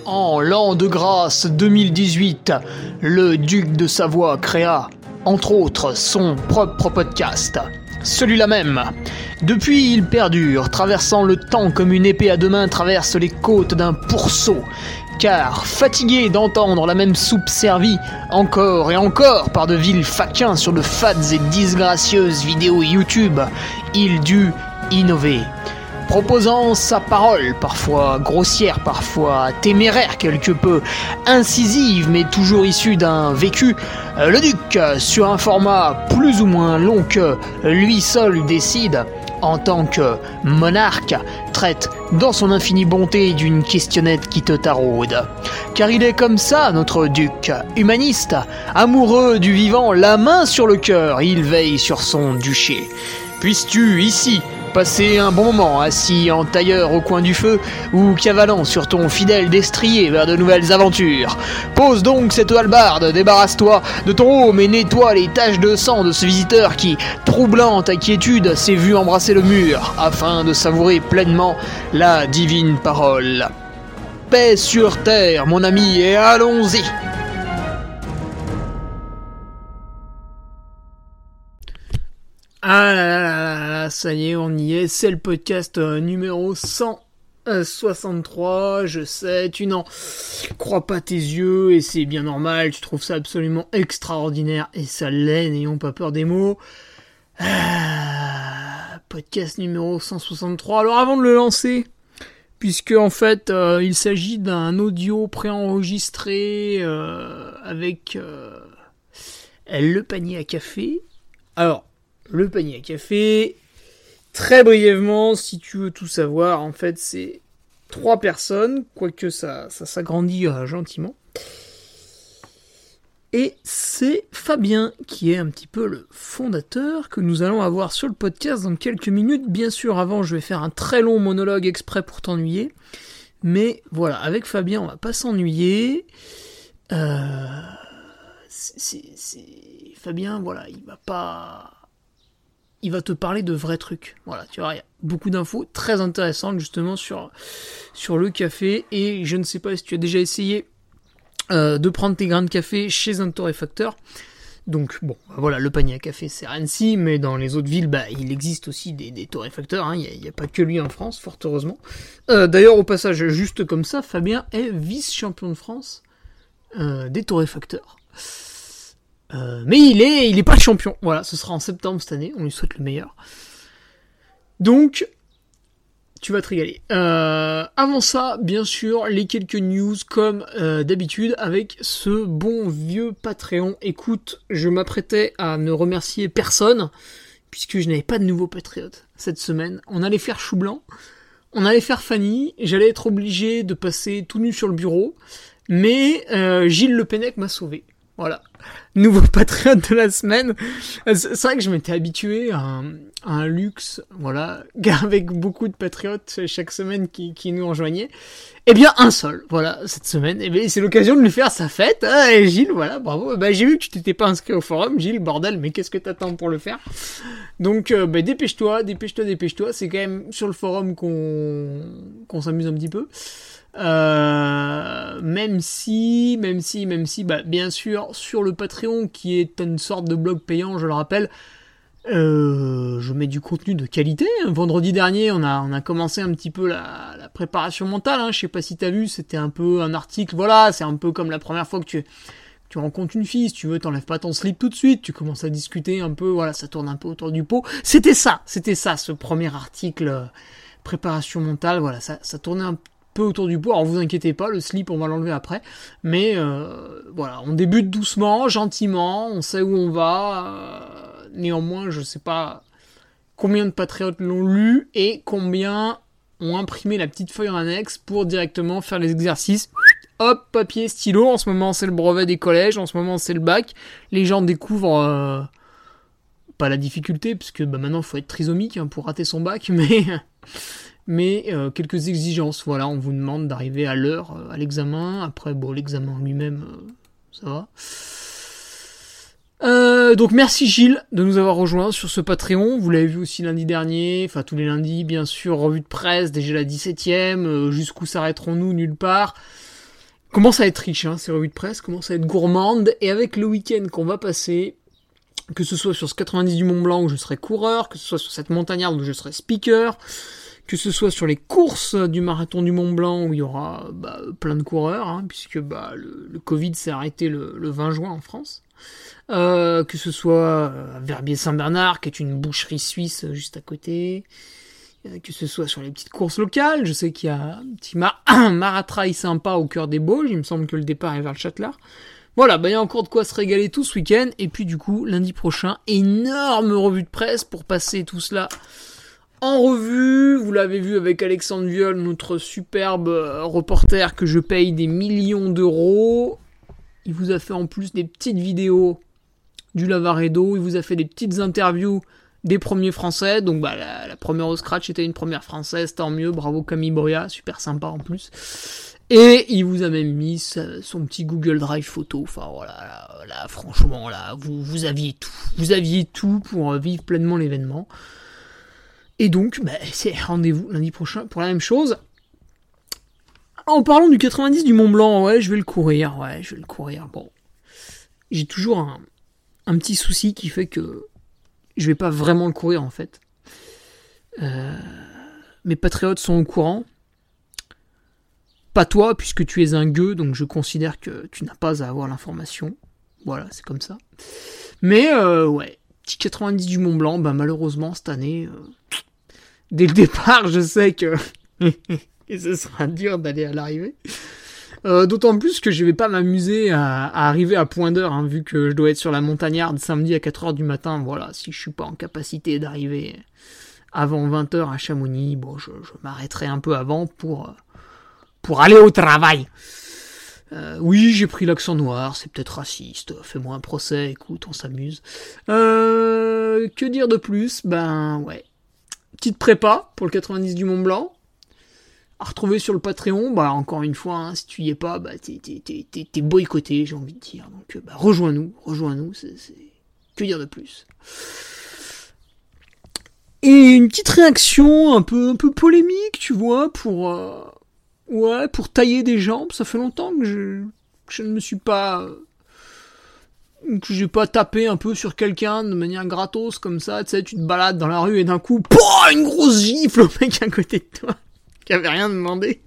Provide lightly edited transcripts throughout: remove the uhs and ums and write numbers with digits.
En l'an de grâce 2018, le duc de Savoie créa, entre autres, son propre podcast. Celui-là même. Depuis, il perdure, traversant le temps comme une épée à deux mains traverse les côtes d'un pourceau. Car, fatigué d'entendre la même soupe servie, encore et encore par de vils faquins sur de fades et disgracieuses vidéos YouTube, il dut innover. Proposant sa parole, parfois grossière, parfois téméraire quelque peu, incisive mais toujours issue d'un vécu, le duc, sur un format plus ou moins long que lui seul décide, en tant que monarque, traite dans son infinie bonté d'une questionnette qui te taraude. Car il est comme ça, notre duc, humaniste, amoureux du vivant, la main sur le cœur, il veille sur son duché. Puisses-tu, ici, passer un bon moment assis en tailleur au coin du feu ou cavalant sur ton fidèle destrier vers de nouvelles aventures. Pose donc cette hallebarde, débarrasse-toi de ton home et nettoie les taches de sang de ce visiteur qui, troublant ta quiétude, s'est vu embrasser le mur afin de savourer pleinement la divine parole. Paix sur terre, mon ami, et allons-y! Ah là là là là, ça y est, on y est, c'est le podcast numéro 163, je sais, tu n'en crois pas tes yeux, et c'est bien normal, tu trouves ça absolument extraordinaire, et ça l'est, n'ayons pas peur des mots. Podcast numéro 163, alors avant de le lancer, puisque en fait, il s'agit d'un audio préenregistré avec le panier à café, alors... Le panier à café, très brièvement, si tu veux tout savoir, en fait, c'est 3 personnes, quoique ça s'agrandit gentiment. Et c'est Fabien, qui est un petit peu le fondateur, que nous allons avoir sur le podcast dans quelques minutes. Bien sûr, avant, je vais faire un très long monologue exprès pour t'ennuyer. Mais voilà, avec Fabien, on va pas s'ennuyer. Fabien, voilà, il va te parler de vrais trucs. Voilà, tu vois, il y a beaucoup d'infos très intéressantes justement sur le café. Et je ne sais pas si tu as déjà essayé de prendre tes grains de café chez un torréfacteur. Donc bon, voilà, le panier à café c'est Annecy, mais dans les autres villes, il existe aussi des torréfacteurs. Hein. Il n'y a pas que lui en France, fort heureusement. D'ailleurs, au passage, juste comme ça, Fabien est vice-champion de France des torréfacteurs. Mais il est pas champion. Voilà, ce sera en septembre cette année. On lui souhaite le meilleur. Donc, tu vas te régaler. Avant ça, bien sûr, les quelques news comme d'habitude avec ce bon vieux Patreon. Écoute, je m'apprêtais à ne remercier personne puisque je n'avais pas de nouveaux patriotes cette semaine. On allait faire Chou Blanc, on allait faire Fanny. J'allais être obligé de passer tout nu sur le bureau, mais Gilles Le Pennec m'a sauvé. Voilà, nouveau patriote de la semaine. C'est vrai que je m'étais habitué à un luxe, voilà, avec beaucoup de patriotes chaque semaine qui nous rejoignaient. Eh bien, un seul, voilà, cette semaine. Eh bien, c'est l'occasion de lui faire sa fête. Et Gilles, voilà, bravo. J'ai vu que tu t'étais pas inscrit au forum, Gilles, bordel, mais qu'est-ce que t'attends pour le faire? Donc, dépêche-toi. C'est quand même sur le forum qu'on s'amuse un petit peu. Même si, bien sûr, sur le Patreon, qui est une sorte de blog payant, je le rappelle, je mets du contenu de qualité. Vendredi dernier, on a commencé un petit peu la préparation mentale, hein. Je sais pas si t'as vu, c'était un peu un article, voilà, c'est un peu comme la première fois que tu rencontres une fille, si tu veux, t'enlèves pas ton slip tout de suite, tu commences à discuter un peu, voilà, ça tourne un peu autour du pot. C'était ça, ce premier article, préparation mentale, voilà, ça tournait un peu autour du pot. Alors vous inquiétez pas, le slip on va l'enlever après, mais voilà, on débute doucement, gentiment, on sait où on va, néanmoins je sais pas combien de patriotes l'ont lu et combien ont imprimé la petite feuille en annexe pour directement faire les exercices. Hop, papier, stylo, en ce moment c'est le brevet des collèges, en ce moment c'est le bac, les gens découvrent pas la difficulté, puisque maintenant il faut être trisomique pour rater son bac, mais quelques exigences, voilà, on vous demande d'arriver à l'heure à l'examen, après l'examen lui-même, ça va. Donc merci Gilles de nous avoir rejoints sur ce Patreon, vous l'avez vu aussi lundi dernier, enfin tous les lundis bien sûr, revue de presse, déjà la 17ème, jusqu'où s'arrêterons-nous, nulle part. commence à être riche, hein, ces revues de presse, commence à être gourmande, et avec le week-end qu'on va passer, que ce soit sur ce 90 du Mont Blanc où je serai coureur, que ce soit sur cette montagnarde où je serai speaker, que ce soit sur les courses du marathon du Mont Blanc où il y aura plein de coureurs, hein, puisque le Covid s'est arrêté le 20 juin en France, que ce soit à Verbier-Saint-Bernard, qui est une boucherie suisse juste à côté, que ce soit sur les petites courses locales. Je sais qu'il y a un petit maratrail sympa au cœur des Bauges, il me semble que le départ est vers le Châtelard. Voilà, il y a encore de quoi se régaler tout ce week-end, et puis du coup, lundi prochain, énorme revue de presse pour passer tout cela en revue. Vous l'avez vu avec Alexandre Viol, notre superbe reporter que je paye des millions d'euros. Il vous a fait en plus des petites vidéos du Lavaredo, il vous a fait des petites interviews des premiers français, donc la première au scratch était une première française, tant mieux, bravo Camille Boria, super sympa en plus. Et il vous a même mis son petit Google Drive photo. Enfin voilà, là franchement, là, vous aviez tout. Vous aviez tout pour vivre pleinement l'événement. Et donc, c'est rendez-vous lundi prochain pour la même chose. En parlant du 90 du Mont Blanc, je vais le courir. Bon, j'ai toujours un petit souci qui fait que je vais pas vraiment le courir en fait. Mes patriotes sont au courant. Pas toi, puisque tu es un gueux, donc je considère que tu n'as pas à avoir l'information. Voilà, c'est comme ça. Mais, petit 90 du Mont Blanc, malheureusement, cette année, dès le départ, je sais que et ce sera dur d'aller à l'arrivée. D'autant plus que je vais pas m'amuser à arriver à point d'heure, hein, vu que je dois être sur la montagnarde samedi à 4h du matin. Voilà, si je suis pas en capacité d'arriver avant 20h à Chamonix, bon, je m'arrêterai un peu avant pour aller au travail. Oui, j'ai pris l'accent noir, c'est peut-être raciste, fais-moi un procès, écoute, on s'amuse. Que dire de plus ? Petite prépa pour le 90 du Mont Blanc, à retrouver sur le Patreon, encore une fois, hein, si tu y es pas, t'es boycotté, j'ai envie de dire. Donc, rejoins-nous, c'est... Que dire de plus ? Et une petite réaction un peu polémique, tu vois, pour tailler des jambes. Ça fait longtemps que je ne me suis pas... que j'ai pas tapé un peu sur quelqu'un de manière gratos, comme ça, tu sais, tu te balades dans la rue et d'un coup, une grosse gifle au mec à côté de toi, qui avait rien demandé.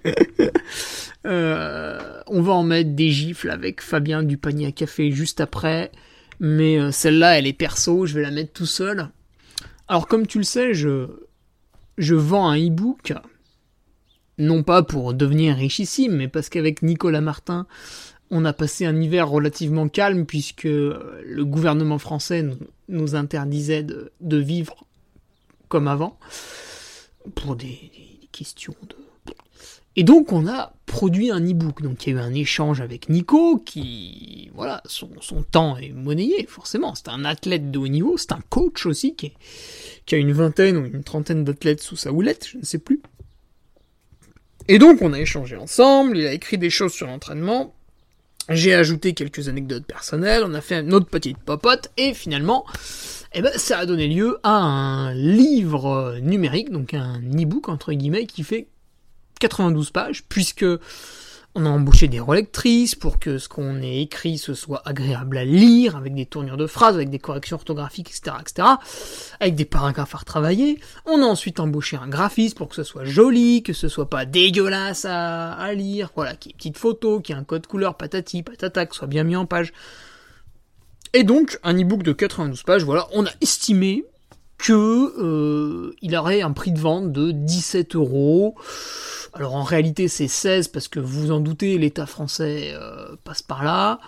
On va en mettre des gifles avec Fabien du panier à café juste après, mais celle-là, elle est perso, je vais la mettre tout seul. Alors, comme tu le sais, je vends un e-book, non pas pour devenir richissime, mais parce qu'avec Nicolas Martin, on a passé un hiver relativement calme, puisque le gouvernement français nous interdisait de vivre comme avant, pour des questions de... Et donc, on a produit un e-book. Donc, il y a eu un échange avec Nico, qui, voilà, son temps est monnayé, forcément. C'est un athlète de haut niveau, c'est un coach aussi, qui a une vingtaine ou une trentaine d'athlètes sous sa houlette, je ne sais plus. Et donc, on a échangé ensemble, il a écrit des choses sur l'entraînement, j'ai ajouté quelques anecdotes personnelles, on a fait une autre petite popote, et finalement, ça a donné lieu à un livre numérique, donc un e-book, entre guillemets, qui fait 92 pages, puisque on a embauché des relectrices pour que ce qu'on ait écrit ce soit agréable à lire, avec des tournures de phrases, avec des corrections orthographiques, etc., avec des paragraphes à retravailler. On a ensuite embauché un graphiste pour que ce soit joli, que ce soit pas dégueulasse à lire, voilà, qu'il y ait une petite photo, qu'il y ait un code couleur, patati, patata, que ce soit bien mis en page. Et donc, un e-book de 92 pages, voilà, on a estimé que il aurait un prix de vente de 17 €. Alors en réalité c'est 16 parce que vous en doutez, l'État français passe par là.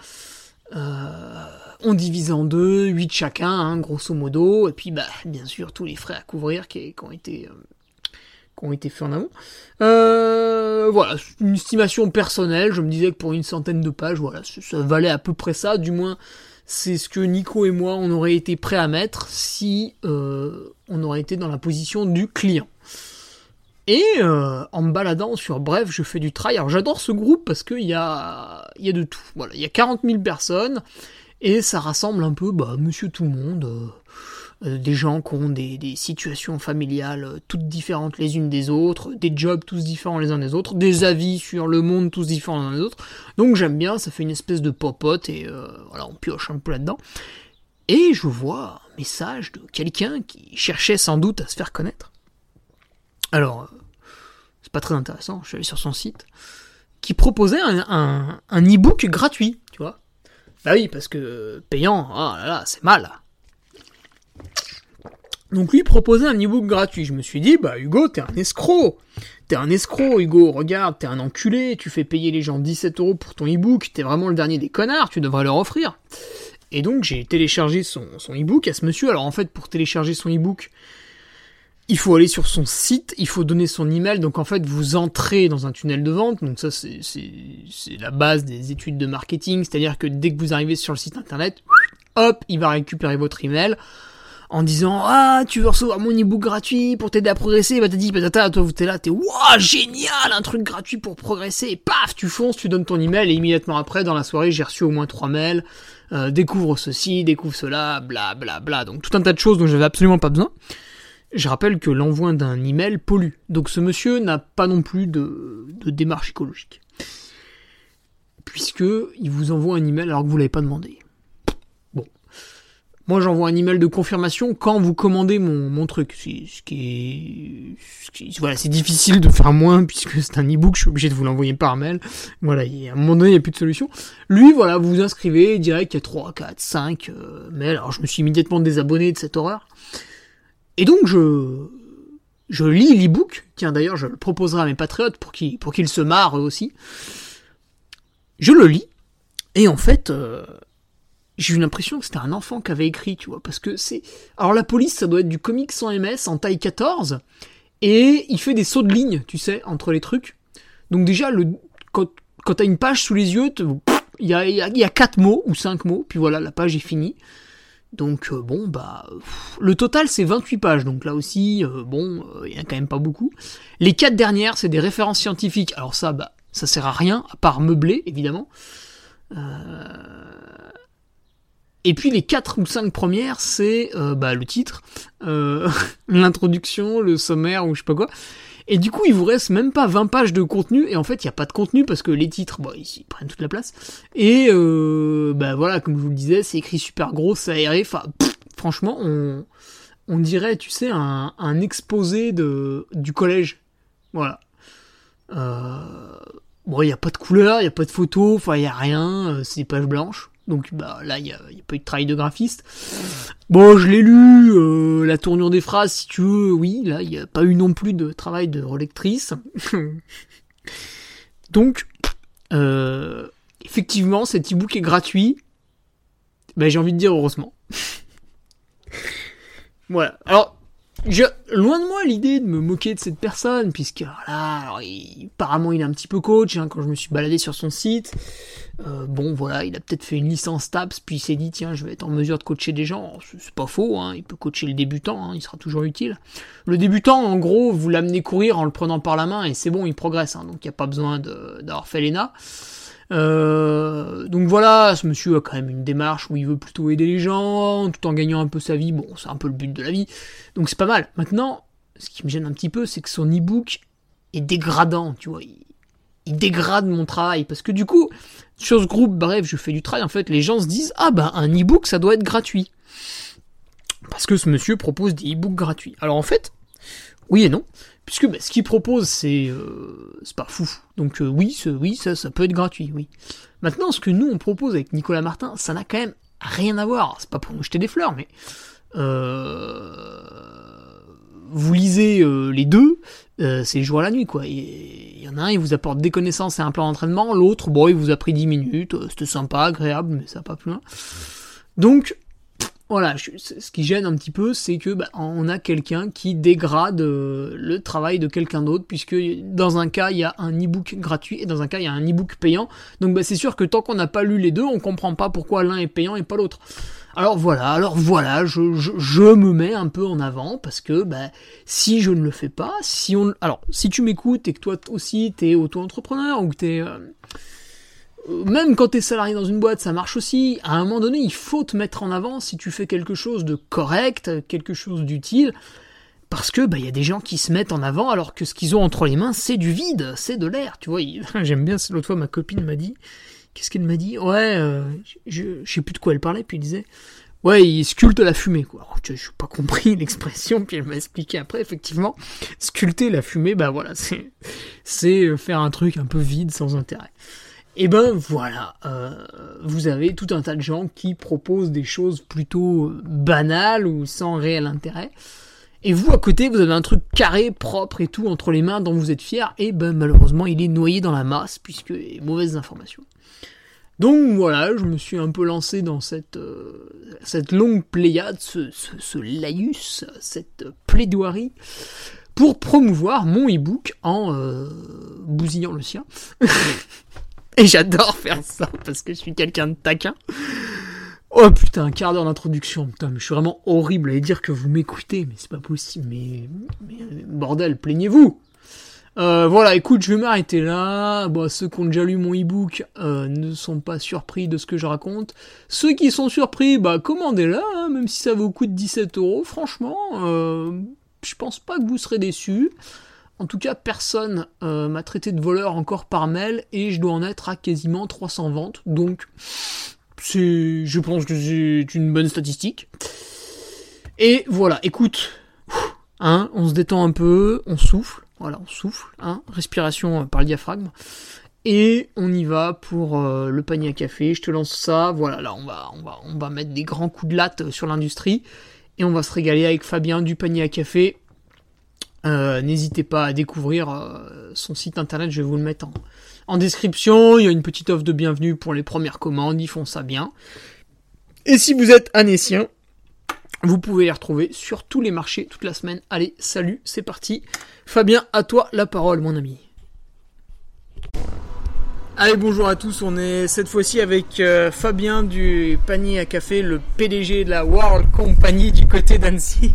On divise en deux, 8 chacun, hein, grosso modo, et puis bien sûr tous les frais à couvrir qui ont été faits en amont. Voilà, une estimation personnelle, je me disais que pour une centaine de pages, voilà, ça valait à peu près ça, du moins c'est ce que Nico et moi on aurait été prêts à mettre si on aurait été dans la position du client. Et en me baladant sur Bref, je fais du trail. Alors j'adore ce groupe parce qu'il y a de tout. Voilà, il y a 40 000 personnes et ça rassemble un peu monsieur tout le monde. des gens qui ont des situations familiales toutes différentes les unes des autres, des jobs tous différents les uns des autres, des avis sur le monde tous différents les uns des autres. Donc j'aime bien, ça fait une espèce de popote et voilà, on pioche un peu là-dedans. Et je vois un message de quelqu'un qui cherchait sans doute à se faire connaître. Alors, c'est pas très intéressant, je suis allé sur son site, qui proposait un e-book gratuit, tu vois. Bah oui, parce que payant, oh là là, c'est mal. Donc lui proposait un e-book gratuit. Je me suis dit, bah Hugo, t'es un escroc. T'es un escroc, Hugo, regarde, t'es un enculé, tu fais payer les gens 17€ pour ton e-book, t'es vraiment le dernier des connards, tu devrais leur offrir. Et donc j'ai téléchargé son e-book à ce monsieur. Alors en fait, pour télécharger son e-book, il faut aller sur son site, il faut donner son email, donc en fait vous entrez dans un tunnel de vente, donc ça c'est la base des études de marketing, c'est-à-dire que dès que vous arrivez sur le site internet, hop, il va récupérer votre email, en disant « Ah, tu veux recevoir mon e-book gratuit pour t'aider à progresser ?» Patati patata, toi t'es là, t'es « Waouh, génial, un truc gratuit pour progresser !» Et paf, tu fonces, tu donnes ton email, et immédiatement après, dans la soirée, j'ai reçu au moins 3 mails, découvre ceci, découvre cela, bla bla bla, donc tout un tas de choses dont j'avais absolument pas besoin. Je rappelle que l'envoi d'un email pollue, donc ce monsieur n'a pas non plus de démarche écologique. Puisque il vous envoie un email alors que vous l'avez pas demandé. Bon. Moi j'envoie un email de confirmation quand vous commandez mon truc. Voilà, c'est difficile de faire moins puisque c'est un e-book, je suis obligé de vous l'envoyer par mail. Voilà, à un moment donné il n'y a plus de solution. Lui, voilà, vous vous inscrivez, direct, il y a 3, 4, 5 mails. Alors je me suis immédiatement désabonné de cette horreur. Et donc je lis l'e-book, tiens d'ailleurs je le proposerai à mes patriotes pour qu'ils se marrent eux aussi. Je le lis, et en fait, j'ai eu l'impression que c'était un enfant qui avait écrit, tu vois, parce que c'est... Alors la police, ça doit être du comics sans MS, en taille 14, et il fait des sauts de ligne, tu sais, entre les trucs. Donc déjà, quand t'as une page sous les yeux, il y a 4 mots, ou 5 mots, puis voilà, la page est finie. Donc bon, bah le total c'est 28 pages, donc là aussi, il y en a quand même pas beaucoup. Les 4 dernières, c'est des références scientifiques, alors ça, bah, ça sert à rien, à part meubler, évidemment. Et puis les 4 ou 5 premières, c'est le titre, l'introduction, le sommaire, ou je sais pas quoi. Et du coup, il vous reste même pas 20 pages de contenu, et en fait, il n'y a pas de contenu, parce que les titres, ils prennent toute la place. Et, voilà, comme je vous le disais, c'est écrit super gros, c'est aéré, franchement, on dirait, tu sais, un exposé du collège. Voilà. Il n'y a pas de couleur, il n'y a pas de photo, il n'y a rien, c'est des pages blanches. Donc là, il n'y a pas eu de travail de graphiste. Bon, je l'ai lu, la tournure des phrases, si tu veux, oui, là, il n'y a pas eu non plus de travail de relectrice. Donc, effectivement, cet e-book est gratuit. J'ai envie de dire heureusement. Voilà. Alors, loin de moi l'idée de me moquer de cette personne, puisque apparemment il est un petit peu coach, quand je me suis baladé sur son site. Il a peut-être fait une licence TAPS, puis il s'est dit, tiens, je vais être en mesure de coacher des gens. C'est pas faux, il peut coacher le débutant, il sera toujours utile. Le débutant, en gros, vous l'amenez courir en le prenant par la main, et c'est bon, il progresse, donc il n'y a pas besoin d'avoir fait l'ENA. Donc voilà, ce monsieur a quand même une démarche où il veut plutôt aider les gens, tout en gagnant un peu sa vie. Bon, c'est un peu le but de la vie, donc c'est pas mal. Maintenant, ce qui me gêne un petit peu, c'est que son e-book est dégradant, tu vois. Il dégrade mon travail, parce que du coup, sur ce groupe, bref, je fais du travail, en fait, les gens se disent, un e-book, ça doit être gratuit. Parce que ce monsieur propose des e-books gratuits. Alors en fait, oui et non, puisque ce qu'il propose, c'est pas fou. Donc oui, ça peut être gratuit, oui. Maintenant, ce que nous, on propose avec Nicolas Martin, ça n'a quand même rien à voir. C'est pas pour nous jeter des fleurs, mais... vous lisez les deux, c'est le jour à la nuit, quoi. Il y en a un, il vous apporte des connaissances et un plan d'entraînement, l'autre, il vous a pris 10 minutes, c'était sympa, agréable, mais ça va pas plus loin. Donc, voilà, ce qui gêne un petit peu, c'est que on a quelqu'un qui dégrade le travail de quelqu'un d'autre, puisque dans un cas, il y a un e-book gratuit, et dans un cas, il y a un e-book payant. Donc c'est sûr que tant qu'on n'a pas lu les deux, on comprend pas pourquoi l'un est payant et pas l'autre. Alors voilà, je me mets un peu en avant, parce que si je ne le fais pas, si tu m'écoutes et que toi aussi t'es auto-entrepreneur, ou que t'es même quand t'es salarié dans une boîte, ça marche aussi. À un moment donné, il faut te mettre en avant si tu fais quelque chose de correct, quelque chose d'utile. Parce que y a des gens qui se mettent en avant alors que ce qu'ils ont entre les mains, c'est du vide, c'est de l'air. Tu vois, j'aime bien, l'autre fois ma copine m'a dit, qu'est-ce qu'elle m'a dit ? Ouais, je sais plus de quoi elle parlait, puis elle disait, ouais, il sculpte la fumée, quoi. Alors, je n'ai pas compris l'expression, puis elle m'a expliqué après, effectivement, sculpter la fumée, voilà, c'est faire un truc un peu vide, sans intérêt. Et voilà, vous avez tout un tas de gens qui proposent des choses plutôt banales ou sans réel intérêt. Et vous, à côté, vous avez un truc carré, propre et tout entre les mains dont vous êtes fiers, et malheureusement, il est noyé dans la masse, puisque mauvaises informations. Donc voilà, je me suis un peu lancé dans cette longue pléiade, ce laïus, cette plaidoirie, pour promouvoir mon e-book en bousillant le sien. Et j'adore faire ça, parce que je suis quelqu'un de taquin. Oh putain, un quart d'heure d'introduction, putain, mais je suis vraiment horrible à dire que vous m'écoutez, mais c'est pas possible, mais bordel, plaignez-vous. Voilà, écoute, je vais m'arrêter là. Ceux qui ont déjà lu mon e-book ne sont pas surpris de ce que je raconte. Ceux qui sont surpris, commandez-la, hein, même si ça vous coûte 17€, franchement, je pense pas que vous serez déçus. En tout cas, personne m'a traité de voleur encore par mail, et je dois en être à quasiment 300 ventes, donc... je pense que c'est une bonne statistique. Et voilà, écoute, on se détend un peu, on souffle, respiration par le diaphragme, et on y va pour le panier à café. Je te lance ça, voilà, là on va mettre des grands coups de latte sur l'industrie, et on va se régaler avec Fabien du panier à café. N'hésitez pas à découvrir son site internet, je vais vous le mettre en description. Il y a une petite offre de bienvenue pour les premières commandes, ils font ça bien. Et si vous êtes annécien, vous pouvez les retrouver sur tous les marchés toute la semaine. Allez, salut, c'est parti. Fabien, à toi la parole, mon ami. Allez, bonjour à tous, on est cette fois-ci avec Fabien du panier à café, le PDG de la World Company du côté d'Annecy.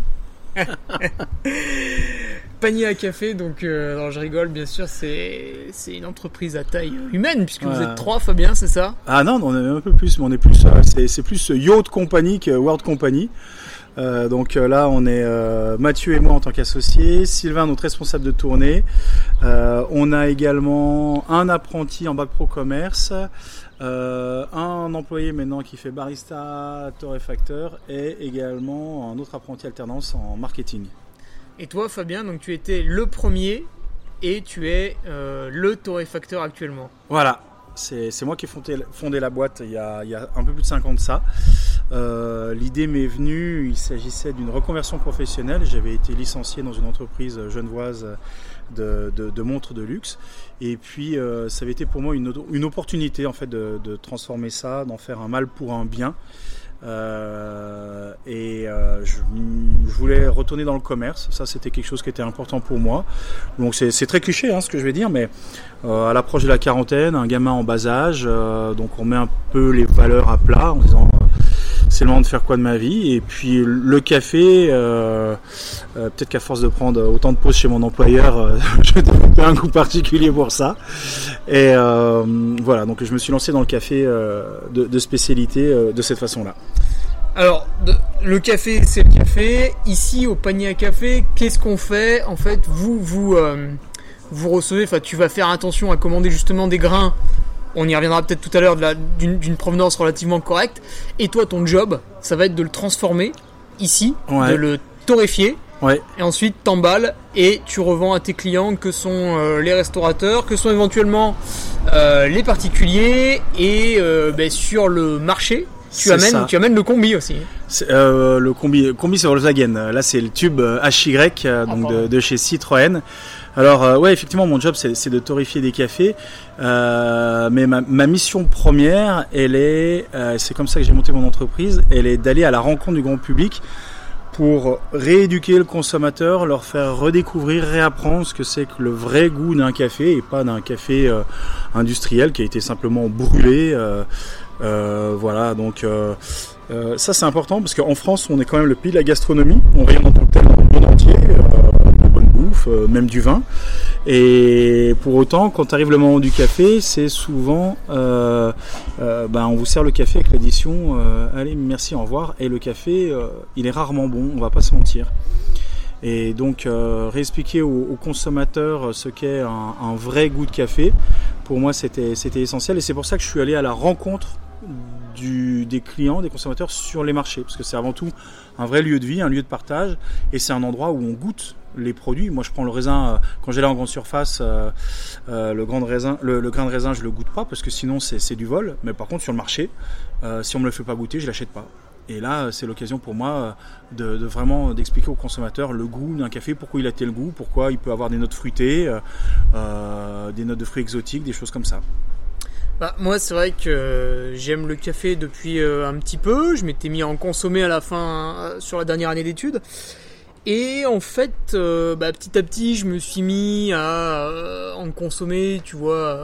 Panier à café, donc alors je rigole, bien sûr, c'est une entreprise à taille humaine, puisque vous êtes 3, Fabien, c'est ça ? Ah non, on est un peu plus, mais on est plus, c'est plus Yacht Company que World Company. Donc là, on est Mathieu et moi en tant qu'associés, Sylvain, notre responsable de tournée. On a également un apprenti en bac pro commerce, un employé maintenant qui fait barista, torréfacteur, et également un autre apprenti alternance en marketing. Et toi, Fabien, donc tu étais le premier et tu es le torréfacteur actuellement. Voilà, c'est moi qui ai fondé la boîte il y a un peu plus de 5 ans de ça. L'idée m'est venue, il s'agissait d'une reconversion professionnelle. J'avais été licencié dans une entreprise genevoise de montres de luxe, et puis ça avait été pour moi une opportunité en fait de transformer ça, d'en faire un mal pour un bien. Je voulais retourner dans le commerce, ça c'était quelque chose qui était important pour moi. Donc c'est très cliché ce que je vais dire, mais à l'approche de la quarantaine, un gamin en bas âge, donc on met un peu les valeurs à plat en disant c'est le moment de faire quoi de ma vie. Et puis le café, peut-être qu'à force de prendre autant de pauses chez mon employeur, je développais un goût particulier pour ça. Et voilà, donc je me suis lancé dans le café de spécialité de cette façon-là. Alors, le café, c'est le café. Ici, au panier à café, qu'est-ce qu'on fait ? En fait, vous recevez, tu vas faire attention à commander justement des grains. On y reviendra peut-être tout à l'heure, d'une provenance relativement correcte. Et toi, ton job, ça va être de le transformer ici, ouais, de le torréfier. Ouais. Et ensuite, t'emballes et tu revends à tes clients, que sont les restaurateurs, que sont éventuellement les particuliers, et sur le marché. Tu amènes le combi aussi. Le combi c'est Volkswagen. Là, c'est le tube HY de chez Citroën. Alors ouais, effectivement, mon job c'est de torréfier des cafés, mais ma mission première, elle est, c'est comme ça que j'ai monté mon entreprise, elle est d'aller à la rencontre du grand public pour rééduquer le consommateur, leur faire redécouvrir, réapprendre ce que c'est que le vrai goût d'un café, et pas d'un café industriel qui a été simplement brûlé. Voilà, donc ça c'est important parce qu'en France on est quand même le pays de la gastronomie, on rayonne en tant que tel dans le monde entier, la bonne bouffe, bouffe, même du vin. Et pour autant, quand arrive le moment du café, c'est souvent, on vous sert le café avec l'addition, allez, merci, au revoir. Et le café, il est rarement bon, on va pas se mentir. Et donc, réexpliquer aux consommateurs ce qu'est un vrai goût de café, pour moi, c'était essentiel. Et c'est pour ça que je suis allé à la rencontre des clients, des consommateurs sur les marchés, parce que c'est avant tout un vrai lieu de vie, un lieu de partage, et c'est un endroit où on goûte les produits. Moi, je prends le raisin quand j'allais en grande surface, le grain de raisin, je le goûte pas parce que sinon c'est du vol. Mais par contre, sur le marché, si on me le fait pas goûter, je l'achète pas. Et là, c'est l'occasion pour moi de vraiment d'expliquer aux consommateurs le goût d'un café, pourquoi il a tel goût, pourquoi il peut avoir des notes fruitées, des notes de fruits exotiques, des choses comme ça. Moi, c'est vrai que j'aime le café depuis un petit peu. Je m'étais mis à en consommer à la fin, sur la dernière année d'études. Et en fait, petit à petit, je me suis mis à en consommer, tu vois,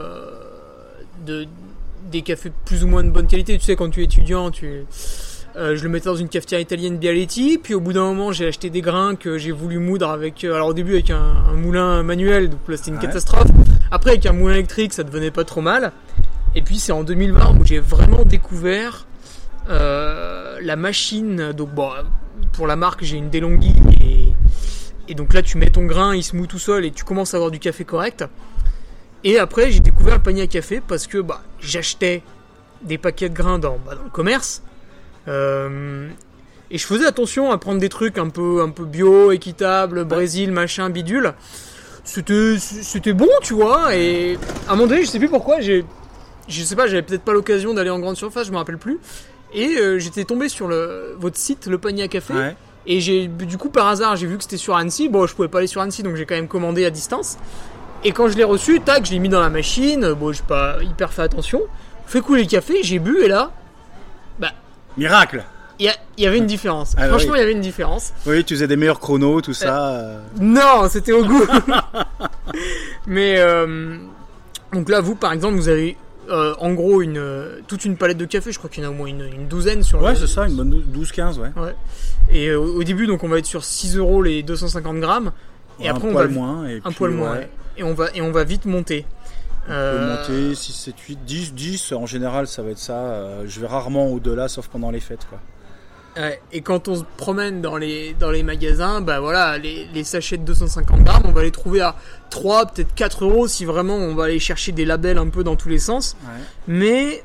des cafés plus ou moins de bonne qualité. Tu sais, quand tu es étudiant, je le mettais dans une cafetière italienne Bialetti. Puis au bout d'un moment, j'ai acheté des grains que j'ai voulu moudre avec... alors au début avec un moulin manuel, donc là c'était une catastrophe. Après avec un moulin électrique, ça devenait pas trop mal. Et puis c'est en 2020 où j'ai vraiment découvert la machine. Donc pour la marque, j'ai une DeLonghi et donc là tu mets ton grain, il se moud tout seul et tu commences à avoir du café correct. Et après j'ai découvert le panier à café parce que j'achetais des paquets de grains dans le commerce. Et je faisais attention à prendre des trucs un peu bio, équitable, Brésil, machin, bidule. C'était bon, tu vois. Et à un moment donné, je sais plus pourquoi, je sais pas, j'avais peut-être pas l'occasion d'aller en grande surface, je me rappelle plus. Et j'étais tombé sur votre site, le panier à café. Ouais. Et du coup, par hasard, j'ai vu que c'était sur Annecy. Bon, je pouvais pas aller sur Annecy, donc j'ai quand même commandé à distance. Et quand je l'ai reçu, tac, je l'ai mis dans la machine. Bon, j'ai pas hyper fait attention. Fait couler le café, j'ai bu et là, miracle. Il y avait une différence. Franchement, il y avait une différence. Oui, tu faisais des meilleurs chronos, tout ça. Non, c'était au goût. Mais donc là, vous, par exemple, vous avez en gros toute une palette de café. Je crois qu'il y en a au moins une douzaine sur. Ouais, c'est ça, une bonne 12-15, ouais. Et au début, donc, on va être sur 6 € les 250 grammes. Et après, on va moins. Et un poil moins. Ouais. Et on va vite monter. On peut monter 6, 7, 8, 10 en général, ça va être ça. Je vais rarement au-delà, sauf pendant les fêtes, quoi. Et quand on se promène dans les magasins, les sachets de 250 grammes, on va les trouver à 3, peut-être 4 € si vraiment on va aller chercher des labels un peu dans tous les sens. Ouais. Mais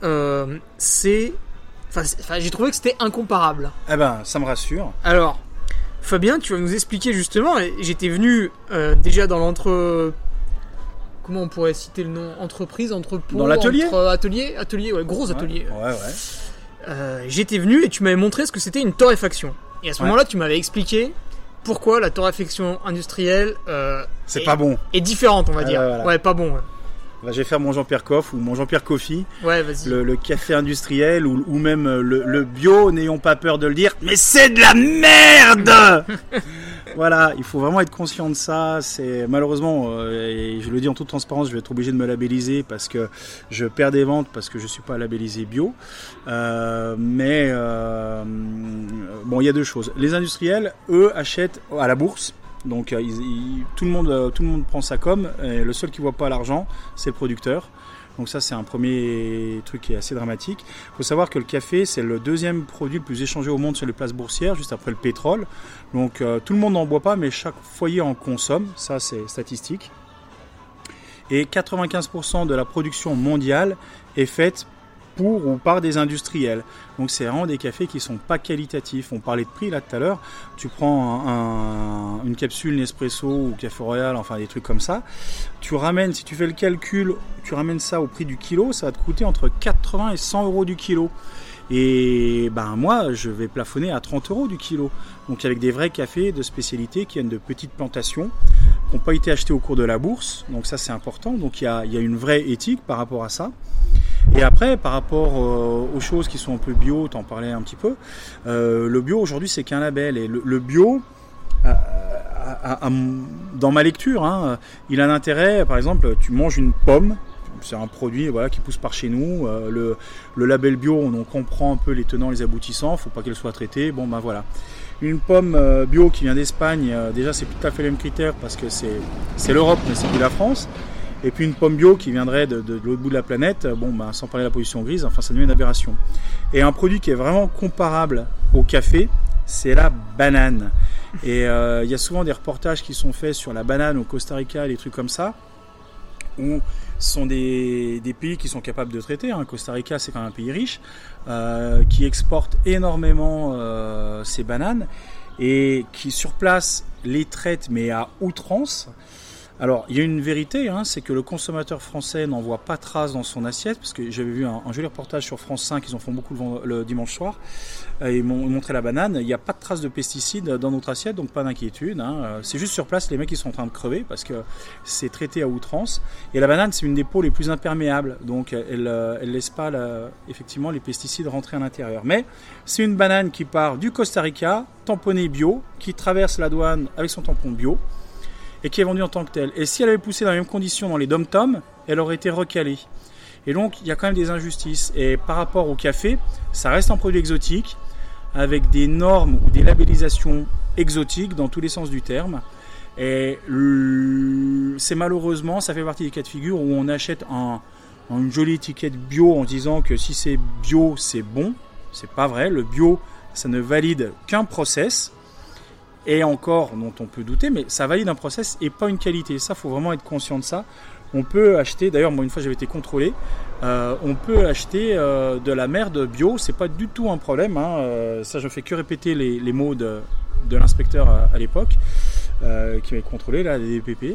j'ai trouvé que c'était incomparable. Eh ben, ça me rassure. Alors, Fabien, tu vas nous expliquer justement. J'étais venu déjà dans comment on pourrait citer le nom? Entreprise, entrepôt, dans l'atelier, atelier, ouais, gros atelier. Ouais. J'étais venu et tu m'avais montré ce que c'était une torréfaction. Et à ce moment-là, tu m'avais expliqué pourquoi la torréfaction industrielle c'est pas bon. Est différente, on va dire. Voilà. Ouais, pas bon. Ouais. Là, je vais faire mon Jean-Pierre Coff ou mon Jean-Pierre Coffee. Ouais, vas-y. Le café industriel ou même le bio, n'ayons pas peur de le dire, mais c'est de la merde. Voilà, il faut vraiment être conscient de ça. C'est malheureusement, et je le dis en toute transparence, je vais être obligé de me labelliser parce que je perds des ventes parce que je suis pas labellisé bio. Mais il y a deux choses. Les industriels, eux, achètent à la bourse. Donc tout le monde prend sa com. Et le seul qui voit pas l'argent, c'est le producteur. Donc ça, c'est un premier truc qui est assez dramatique. Il faut savoir que le café, c'est le deuxième produit le plus échangé au monde sur les places boursières, juste après le pétrole. Donc tout le monde n'en boit pas, mais chaque foyer en consomme. Ça, c'est statistique. Et 95% de la production mondiale est faite pour ou par des industriels. Donc c'est vraiment des cafés qui sont pas qualitatifs. On parlait de prix là tout à l'heure. Tu prends une capsule Nespresso ou Café Royal, enfin des trucs comme ça. Tu ramènes, si tu fais le calcul, tu ramènes ça au prix du kilo, ça va te coûter entre 80 et 100 € du kilo. Et moi, je vais plafonner à 30 € du kilo. Donc avec des vrais cafés de spécialité qui viennent de petites plantations, qui n'ont pas été achetés au cours de la bourse. Donc ça, c'est important. Donc il y a une vraie éthique par rapport à ça. Et après, par rapport aux choses qui sont un peu bio, t'en parlais un petit peu, le bio aujourd'hui c'est qu'un label. Et le bio, dans ma lecture, il a un intérêt, par exemple, tu manges une pomme, c'est un produit qui pousse par chez nous, le label bio, on comprend un peu les tenants, les aboutissants, faut pas qu'elle soit traitée, voilà. Une pomme bio qui vient d'Espagne, déjà c'est tout à fait les mêmes critères parce que c'est l'Europe mais c'est plus la France. Et puis une pomme bio qui viendrait de l'autre bout de la planète, sans parler de la pollution grise, enfin ça devient une aberration. Et un produit qui est vraiment comparable au café, c'est la banane. Et il y a souvent des reportages qui sont faits sur la banane au Costa Rica, des trucs comme ça, où ce sont des pays qui sont capables de traiter. Costa Rica, c'est quand même un pays riche, qui exporte énormément ces bananes et qui sur place les traite mais à outrance. Alors, il y a une vérité, c'est que le consommateur français n'en voit pas trace dans son assiette, parce que j'avais vu un joli reportage sur France 5, ils en font beaucoup le dimanche soir, ils m'ont montré la banane, il n'y a pas de trace de pesticides dans notre assiette, donc pas d'inquiétude, c'est juste sur place, les mecs ils sont en train de crever, parce que c'est traité à outrance, et la banane c'est une des peaux les plus imperméables, donc elle laisse pas effectivement les pesticides rentrer à l'intérieur. Mais c'est une banane qui part du Costa Rica, tamponnée bio, qui traverse la douane avec son tampon bio, et qui est vendue en tant que telle. Et si elle avait poussé dans les mêmes conditions dans les dom-toms, elle aurait été recalée. Et donc, il y a quand même des injustices. Et par rapport au café, ça reste un produit exotique, avec des normes ou des labellisations exotiques dans tous les sens du terme. Et c'est malheureusement, ça fait partie des cas de figure où on achète une jolie étiquette bio en disant que si c'est bio, c'est bon. C'est pas vrai. Le bio, ça ne valide qu'un process. Et encore, dont on peut douter, mais ça valide un process et pas une qualité. Ça, il faut vraiment être conscient de ça. On peut acheter, d'ailleurs, moi, une fois, j'avais été contrôlé, on peut acheter de la merde bio, c'est pas du tout un problème. Ça, je fais que répéter les mots de l'inspecteur à l'époque, qui m'avait contrôlé, là, les DPP.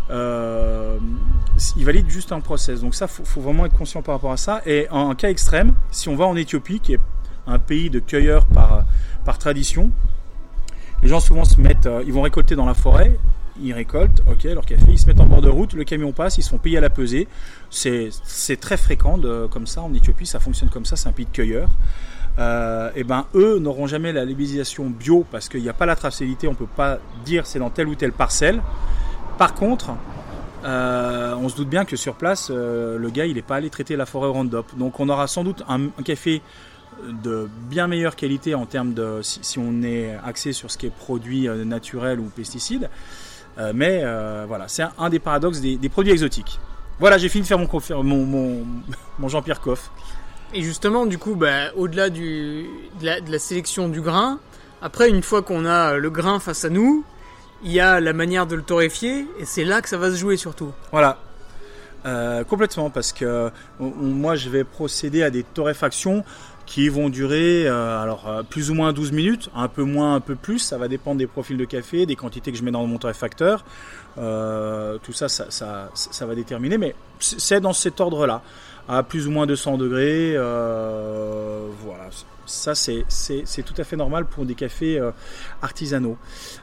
Il valide juste un process. Donc ça, faut vraiment être conscient par rapport à ça. Et en cas extrême, si on va en Éthiopie, qui est un pays de cueilleurs par tradition, les gens souvent se mettent, ils vont récolter dans la forêt, ils récoltent, ok, leur café, ils se mettent en bord de route, le camion passe, ils se font payer à la pesée. C'est très fréquent comme ça en Éthiopie, ça fonctionne comme ça, c'est un pays de cueilleurs. Eux n'auront jamais la labellisation bio parce qu'il n'y a pas la traçabilité, on ne peut pas dire c'est dans telle ou telle parcelle. Par contre, on se doute bien que sur place, le gars il n'est pas allé traiter la forêt au Roundup. Donc on aura sans doute un café de bien meilleure qualité en termes de si on est axé sur ce qui est produit naturel ou pesticides, mais voilà, c'est un des paradoxes des produits exotiques. Voilà, j'ai fini de faire mon Jean-Pierre Coff. Et justement, du coup, au-delà de la sélection du grain, après, une fois qu'on a le grain face à nous, il y a la manière de le torréfier, et c'est là que ça va se jouer surtout. Voilà. Complètement, parce que moi je vais procéder à des torréfactions qui vont durer plus ou moins 12 minutes, un peu moins, un peu plus, ça va dépendre des profils de café, des quantités que je mets dans mon torréfacteur, tout ça va déterminer, mais c'est dans cet ordre-là, à plus ou moins 200 degrés, voilà. Ça, c'est tout à fait normal pour des cafés artisanaux.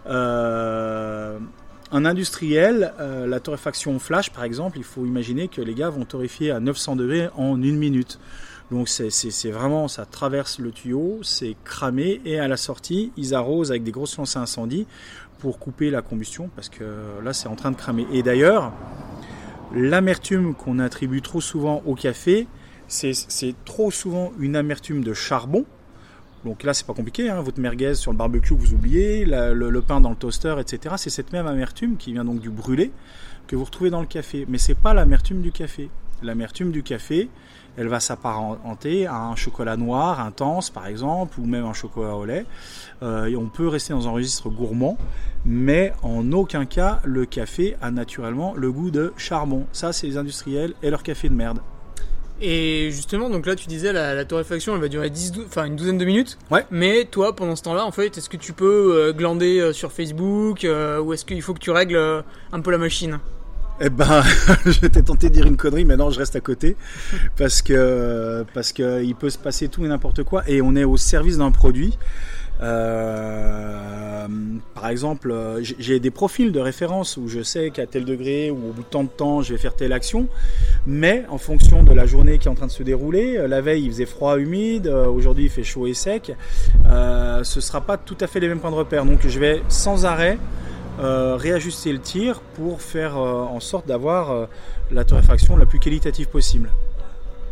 Un industriel, la torréfaction flash par exemple, il faut imaginer que les gars vont torréfier à 900 degrés en 1 minute. Donc c'est vraiment, ça traverse le tuyau, c'est cramé et à la sortie, ils arrosent avec des grosses lances à incendie pour couper la combustion parce que là c'est en train de cramer. Et d'ailleurs, l'amertume qu'on attribue trop souvent au café, c'est trop souvent une amertume de charbon. Donc là, c'est pas compliqué, votre merguez sur le barbecue que vous oubliez, le pain dans le toaster, etc. C'est cette même amertume qui vient donc du brûlé que vous retrouvez dans le café. Mais c'est pas l'amertume du café. L'amertume du café, elle va s'apparenter à un chocolat noir intense, par exemple, ou même un chocolat au lait. Et on peut rester dans un registre gourmand, mais en aucun cas, le café a naturellement le goût de charbon. Ça, c'est les industriels et leur café de merde. Et justement, donc là tu disais la torréfaction elle va durer une douzaine de minutes. Ouais. Mais toi pendant ce temps-là, en fait, est-ce que tu peux glander sur Facebook ou est-ce qu'il faut que tu règles un peu la machine ? Eh ben, j'étais tenté de dire une connerie, mais non, je reste à côté parce que il peut se passer tout et n'importe quoi et on est au service d'un produit. Par exemple, j'ai des profils de référence où je sais qu'à tel degré ou au bout de tant de temps je vais faire telle action, mais en fonction de la journée qui est en train de se dérouler, la veille il faisait froid, humide, aujourd'hui il fait chaud et sec, ce sera pas tout à fait les mêmes points de repère, donc je vais sans arrêt réajuster le tir pour faire en sorte d'avoir la torréfaction la plus qualitative possible.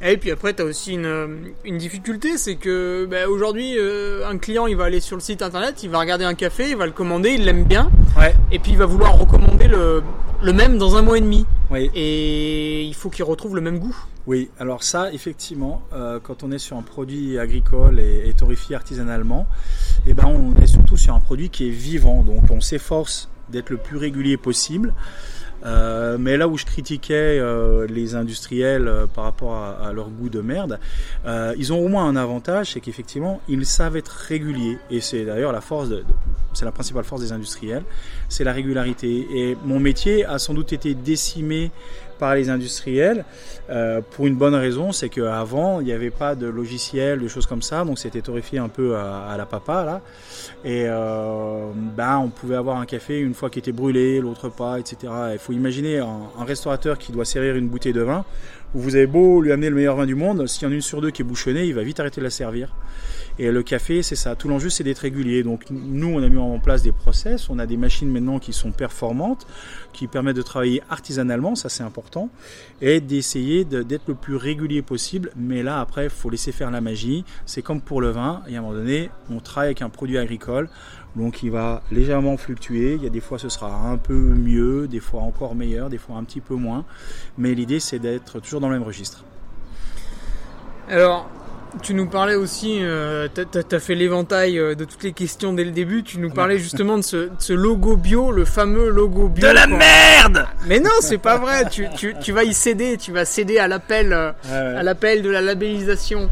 Et puis après, tu as aussi une difficulté, c'est que aujourd'hui, un client, il va aller sur le site internet, il va regarder un café, il va le commander, il l'aime bien, et puis il va vouloir recommander le même dans 1 mois et demi. Oui. Et il faut qu'il retrouve le même goût. Oui, alors ça, effectivement, quand on est sur un produit agricole et torréfié artisanalement, on est surtout sur un produit qui est vivant, donc on s'efforce d'être le plus régulier possible. Mais là où je critiquais les industriels par rapport à leur goût de merde, ils ont au moins un avantage, c'est qu'effectivement ils savent être réguliers, et c'est d'ailleurs c'est la principale force des industriels, c'est la régularité. Et mon métier a sans doute été décimé par les industriels pour une bonne raison, c'est qu'avant il n'y avait pas de logiciel, de choses comme ça, donc c'était torréfié un peu à la papa là, et on pouvait avoir un café une fois qui était brûlé, l'autre pas, etc. Il faut imaginer un restaurateur qui doit servir une bouteille de vin, où vous avez beau lui amener le meilleur vin du monde, s'il y en a une sur 2 qui est bouchonnée, il va vite arrêter de la servir. Et le café, c'est ça. Tout l'enjeu, c'est d'être régulier. Donc nous, on a mis en place des process. On a des machines maintenant qui sont performantes, qui permettent de travailler artisanalement, ça c'est important, et d'essayer d'être le plus régulier possible. Mais là, après, il faut laisser faire la magie. C'est comme pour le vin. Et à un moment donné, on travaille avec un produit agricole. Donc il va légèrement fluctuer. Il y a des fois, ce sera un peu mieux, des fois encore meilleur, des fois un petit peu moins. Mais l'idée, c'est d'être toujours dans le même registre. Alors, tu nous parlais aussi, t'as fait l'éventail de toutes les questions dès le début, tu nous parlais justement de ce logo bio, le fameux logo bio. De la merde! Mais non, c'est pas vrai, tu vas y céder, tu vas céder à l'appel, à l'appel de la labellisation.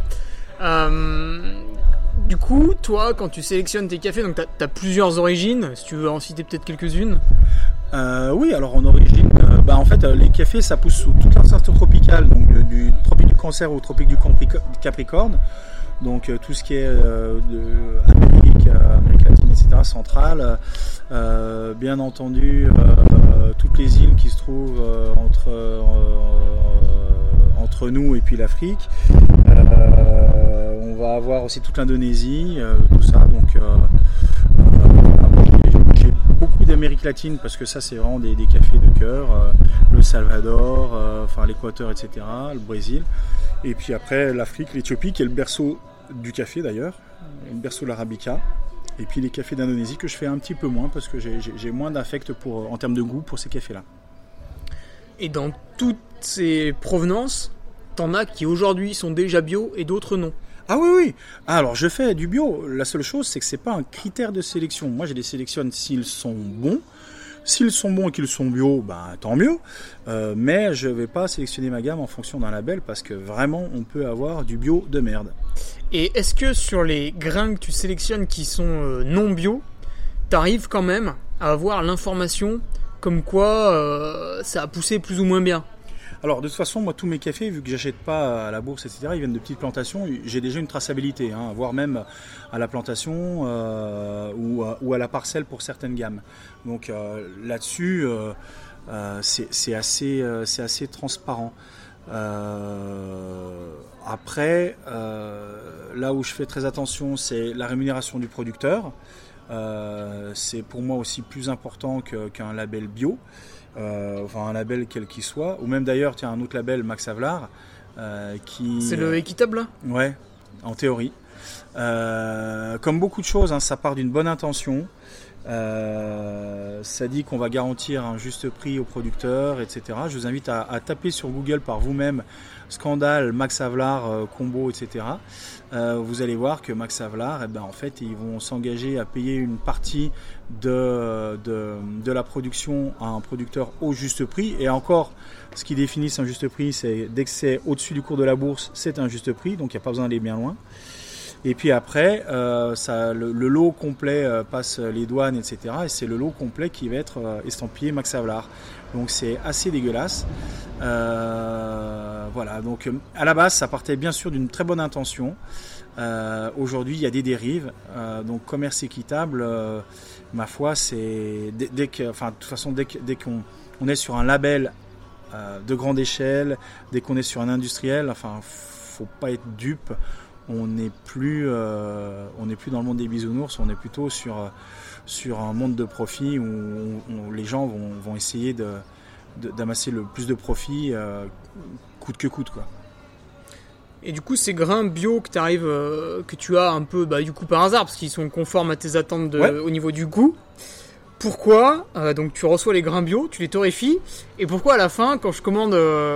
Du coup, toi, quand tu sélectionnes tes cafés, donc t'as plusieurs origines, si tu veux en citer peut-être quelques-unes. Oui, alors en origine, en fait, les cafés, ça pousse sous toute la ceinture tropicale, donc du tropique du Cancer au tropique du Capricorne, donc tout ce qui est Amérique latine, etc., centrale, bien entendu, toutes les îles qui se trouvent entre nous et puis l'Afrique. On va avoir aussi toute l'Indonésie, tout ça, donc j'ai beaucoup d'Amérique latine parce que ça c'est vraiment des cafés de cœur, le Salvador, l'Équateur, etc., le Brésil, et puis après l'Afrique, l'Éthiopie qui est le berceau du café d'ailleurs, le berceau de l'Arabica, et puis les cafés d'Indonésie que je fais un petit peu moins parce que j'ai moins d'affect en termes de goût pour ces cafés-là. Et dans toutes ces provenances, t'en as qui aujourd'hui sont déjà bio et d'autres non. Ah oui. Alors je fais du bio. La seule chose, c'est que c'est pas un critère de sélection. Moi, je les sélectionne s'ils sont bons. S'ils sont bons et qu'ils sont bio, tant mieux. Mais je vais pas sélectionner ma gamme en fonction d'un label parce que vraiment, on peut avoir du bio de merde. Et est-ce que sur les grains que tu sélectionnes qui sont non bio, t'arrives quand même à avoir l'information comme quoi ça a poussé plus ou moins bien? Alors de toute façon, moi tous mes cafés, vu que j'achète pas à la bourse, etc., ils viennent de petites plantations, j'ai déjà une traçabilité, voire même à la plantation ou à la parcelle pour certaines gammes. Donc là-dessus, c'est assez transparent. Après, là où je fais très attention, c'est la rémunération du producteur. C'est pour moi aussi plus important qu'un label bio. Un label quel qu'il soit, ou même d'ailleurs un autre label, Max Havelaar, qui... C'est le équitable là ? Ouais, en théorie. Comme beaucoup de choses, ça part d'une bonne intention. Ça dit qu'on va garantir un juste prix aux producteurs, etc. Je vous invite à taper sur Google par vous-même scandale Max Havelaar combo, etc. Vous allez voir que Max Havelaar, en fait, ils vont s'engager à payer une partie de la production à un producteur au juste prix. Et encore, ce qui définit un juste prix, c'est dès que c'est au-dessus du cours de la bourse, c'est un juste prix, donc il n'y a pas besoin d'aller bien loin. Et puis après, le lot complet passe les douanes, etc. Et c'est le lot complet qui va être estampillé Max Havelaar. Donc c'est assez dégueulasse. Voilà. Donc à la base, ça partait bien sûr d'une très bonne intention. Aujourd'hui, il y a des dérives. Donc commerce équitable, ma foi, c'est de toute façon, dès qu'on est sur un label de grande échelle, dès qu'on est sur un industriel, faut pas être dupe. On n'est plus dans le monde des bisounours, on est plutôt sur un monde de profit où les gens vont essayer d'amasser le plus de profit coûte que coûte, quoi. Et du coup, ces grains bio que tu as un peu, du coup par hasard, parce qu'ils sont conformes à tes attentes au niveau du goût. Pourquoi donc tu reçois les grains bio, tu les torréfies, et pourquoi à la fin, quand je commande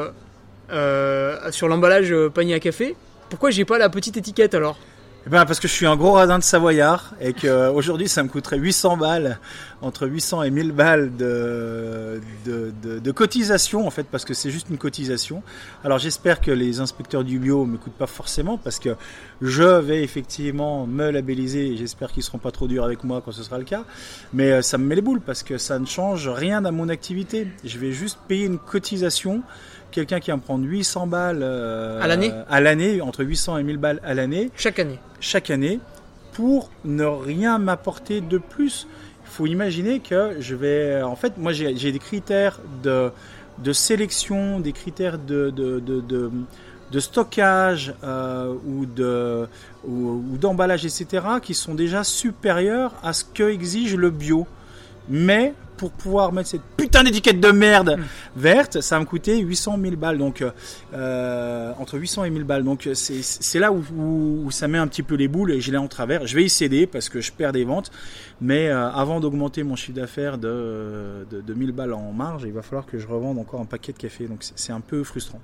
sur l'emballage panier à café, pourquoi j'ai pas la petite étiquette alors ? Parce que je suis un gros radin de Savoyard et que aujourd'hui ça me coûterait 800 balles, entre 800 et 1000 balles de cotisation en fait, parce que c'est juste une cotisation. Alors j'espère que les inspecteurs du bio m'écoutent pas forcément, parce que je vais effectivement me labelliser et j'espère qu'ils seront pas trop durs avec moi quand ce sera le cas. Mais ça me met les boules parce que ça ne change rien à mon activité. Je vais juste payer une cotisation. Quelqu'un qui va me prendre 800 balles à l'année, entre 800 et 1000 balles à l'année. Chaque année, pour ne rien m'apporter de plus. Il faut imaginer que je vais... En fait, moi, j'ai des critères de sélection, des critères de stockage ou d'emballage, etc., qui sont déjà supérieurs à ce que exige le bio. Mais pour pouvoir mettre cette putain d'étiquette de merde verte, ça va me coûter 800 000 balles. Donc, entre 800 et 1000 balles. Donc, c'est là où ça met un petit peu les boules et je l'ai en travers. Je vais y céder parce que je perds des ventes. Mais avant d'augmenter mon chiffre d'affaires de 1000 balles en marge, il va falloir que je revende encore un paquet de café. Donc, c'est un peu frustrant.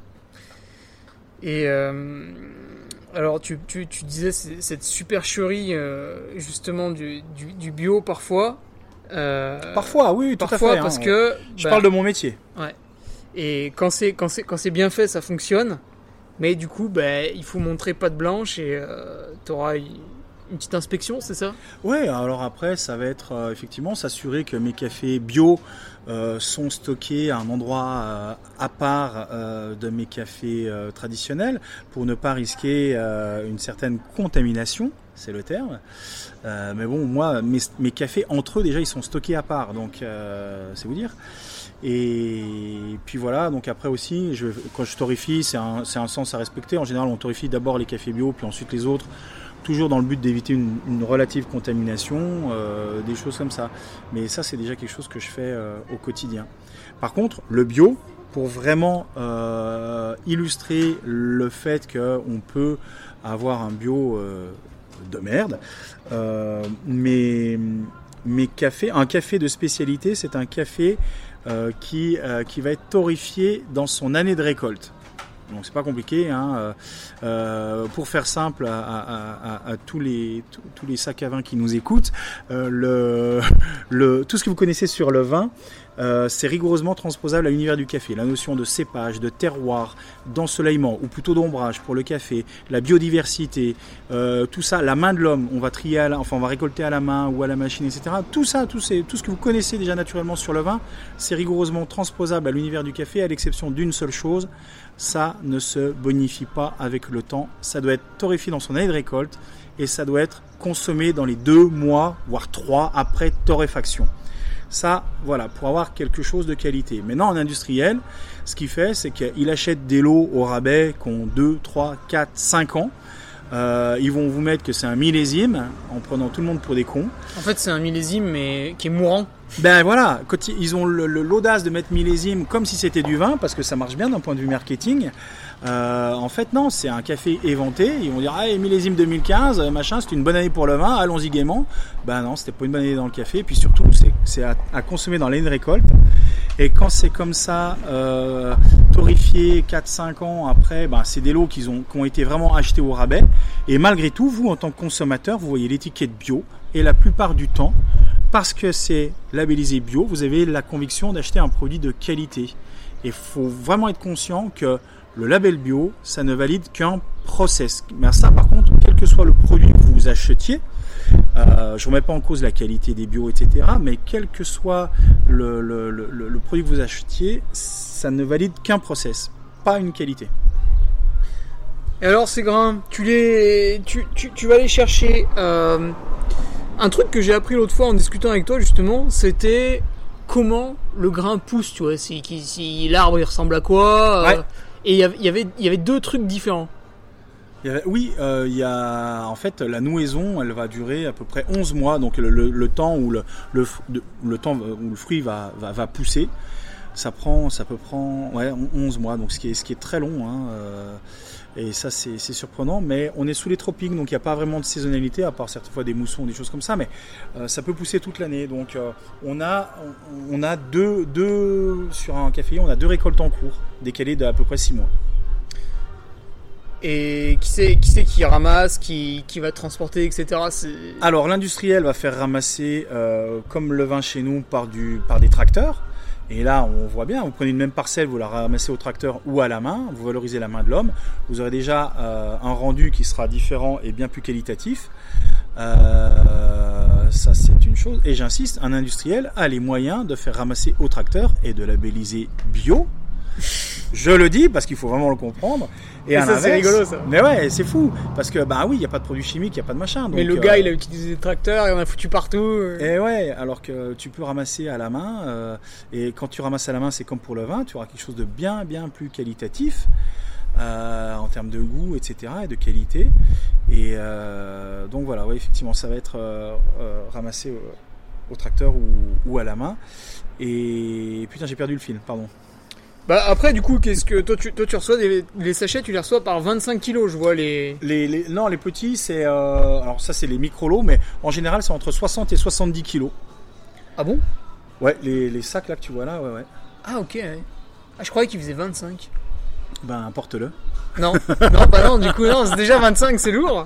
Et alors, tu disais cette supercherie justement du bio parfois. Parfois, oui, tout à fait. Parce que je parle de mon métier. Ouais. Et quand c'est bien fait, ça fonctionne. Mais du coup, il faut montrer patte blanche et t'auras une petite inspection, c'est ça ? Ouais. Alors après, ça va être effectivement s'assurer que mes cafés bio sont stockés à un endroit à part de mes cafés traditionnels pour ne pas risquer une certaine contamination. C'est le terme. Mais bon, moi, mes cafés, entre eux, déjà, ils sont stockés à part. Donc, c'est vous dire. Et puis voilà, donc après aussi, quand je torréfie, c'est un sens à respecter. En général, on torréfie d'abord les cafés bio, puis ensuite les autres, toujours dans le but d'éviter une relative contamination, des choses comme ça. Mais ça, c'est déjà quelque chose que je fais au quotidien. Par contre, le bio, pour vraiment illustrer le fait qu'on peut avoir un bio... de merde. Mais un café de spécialité, c'est un café qui va être torréfié dans son année de récolte. Donc c'est pas compliqué, hein. Pour faire simple à tous les sacs à vin qui nous écoutent, tout ce que vous connaissez sur le vin, c'est rigoureusement transposable à l'univers du café. La notion de cépage, de terroir, d'ensoleillement ou plutôt d'ombrage pour le café, la biodiversité, tout ça, la main de l'homme, on va trier on va récolter à la main ou à la machine, etc. Tout ça, tout ce que vous connaissez déjà naturellement sur le vin, c'est rigoureusement transposable à l'univers du café, à l'exception d'une seule chose, ça ne se bonifie pas avec le temps. Ça doit être torréfié dans son année de récolte et ça doit être consommé dans les 2 mois, voire 3 après torréfaction. Ça, voilà, pour avoir quelque chose de qualité. Maintenant, en industriel, ce qu'il fait, c'est qu'il achète des lots au rabais qui ont 2, 3, 4, 5 ans. Ils vont vous mettre que c'est un millésime, en prenant tout le monde pour des cons. En fait, c'est un millésime, mais qui est mourant. Ben voilà, quand ils ont l'audace de mettre millésime comme si c'était du vin, parce que ça marche bien d'un point de vue marketing. En fait, non, c'est un café éventé. Ils vont dire, millésime 2015, machin, c'est une bonne année pour le vin, allons-y gaiement. Ben non, c'était pas une bonne année dans le café. Et puis surtout, c'est à consommer dans l'année de récolte. Et quand c'est comme ça, torréfié 4-5 ans après, c'est des lots qui ont été vraiment achetés au rabais. Et malgré tout, vous, en tant que consommateur, vous voyez l'étiquette bio. Et la plupart du temps, parce que c'est labellisé bio, vous avez la conviction d'acheter un produit de qualité. Et il faut vraiment être conscient que le label bio, ça ne valide qu'un process. Mais ça, par contre, quel que soit le produit que vous achetiez, je ne remets pas en cause la qualité des bio, etc. Mais quel que soit le produit que vous achetiez, ça ne valide qu'un process, pas une qualité. Et alors ces grains, tu vas aller chercher un truc que j'ai appris l'autre fois en discutant avec toi justement, c'était comment le grain pousse, tu vois, si l'arbre il ressemble à quoi. Ouais. Et il y avait 2 trucs différents. Oui, il y a en fait la nouaison, elle va durer à peu près 11 mois, donc le temps où le fruit va pousser. ça peut prendre 11 mois, donc ce qui est très long, hein, et ça c'est surprenant, mais on est sous les tropiques, donc il n'y a pas vraiment de saisonnalité, à part certaines fois des moussons, des choses comme ça, mais ça peut pousser toute l'année. Donc on a deux sur un caféier, on a 2 récoltes en cours, décalées d'à peu près 6 mois. Et qui c'est qui ramasse, qui va transporter, etc. Alors l'industriel va faire ramasser, comme le vin chez nous, par des tracteurs. Et là, on voit bien, vous prenez une même parcelle, vous la ramassez au tracteur ou à la main, vous valorisez la main de l'homme, vous aurez déjà un rendu qui sera différent et bien plus qualitatif. Ça, c'est une chose. Et j'insiste, un industriel a les moyens de faire ramasser au tracteur et de labelliser bio. Je le dis parce qu'il faut vraiment le comprendre. Et ça, c'est rigolo, ça. Mais ouais, c'est fou. Parce que, oui, il n'y a pas de produits chimiques, il n'y a pas de machin. Donc, mais le gars, il a utilisé des tracteurs, il en a foutu partout. Et ouais, alors que tu peux ramasser à la main. Et quand tu ramasses à la main, c'est comme pour le vin, tu auras quelque chose de bien, bien plus qualitatif. En termes de goût, etc. et de qualité. Et donc voilà, ouais, effectivement, ça va être ramassé au tracteur ou à la main. Et putain, j'ai perdu le fil, pardon. Après, du coup, qu'est-ce que toi tu reçois les sachets, tu les reçois par 25 kilos, je vois non, les petits, c'est alors ça c'est les micro-lots, mais en général c'est entre 60 et 70 kilos. Ah bon? Ouais, les sacs là que tu vois là, ouais. Ah ok. Ah, je croyais qu'ils faisaient 25. Importe-le. Non, du coup non, c'est déjà 25, c'est lourd.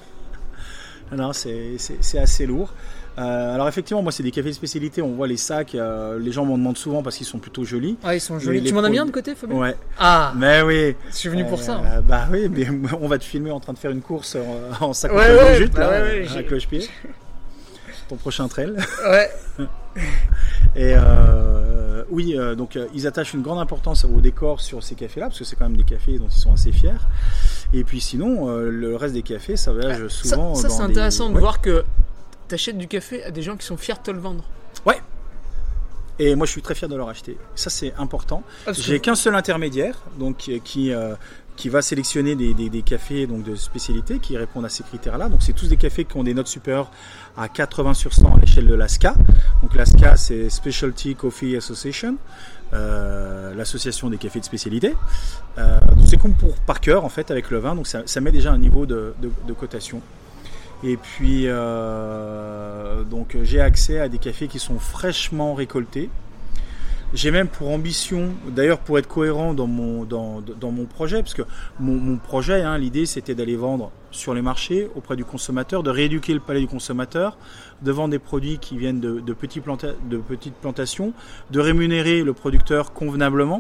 Non, c'est assez lourd. Alors effectivement, moi c'est des cafés de spécialité, on voit les sacs, les gens m'en demandent souvent parce qu'ils sont plutôt jolis. Ah, ils sont jolis. Tu m'en as mis un de côté, Fabien? Ouais. Ah. Mais oui. Je suis venu pour ça. Oui, mais on va te filmer en train de faire une course en sac de jute, à cloche-pied. Ton prochain trail. Ouais. Et oui, donc ils attachent une grande importance au décor sur ces cafés-là, parce que c'est quand même des cafés dont ils sont assez fiers. Et puis sinon, le reste des cafés, ça voyage souvent. Ça c'est intéressant de voir que t'achètes du café à des gens qui sont fiers de te le vendre. Ouais. Et moi, je suis très fier de leur acheter. Ça, c'est important. J'ai qu'un seul intermédiaire, donc qui va sélectionner des cafés donc de spécialité qui répondent à ces critères-là. Donc, c'est tous des cafés qui ont des notes supérieures à 80 sur 100 à l'échelle de l'ASCA. Donc, l'ASCA, c'est Specialty Coffee Association, l'association des cafés de spécialité. Donc, c'est comme pour Parker, en fait, avec le vin. Donc, ça met déjà un niveau de cotation. Et puis, donc j'ai accès à des cafés qui sont fraîchement récoltés. J'ai même pour ambition, d'ailleurs pour être cohérent dans mon projet, parce que mon projet, l'idée c'était d'aller vendre sur les marchés auprès du consommateur, de rééduquer le palais du consommateur, de vendre des produits qui viennent de petites plantations, de rémunérer le producteur convenablement.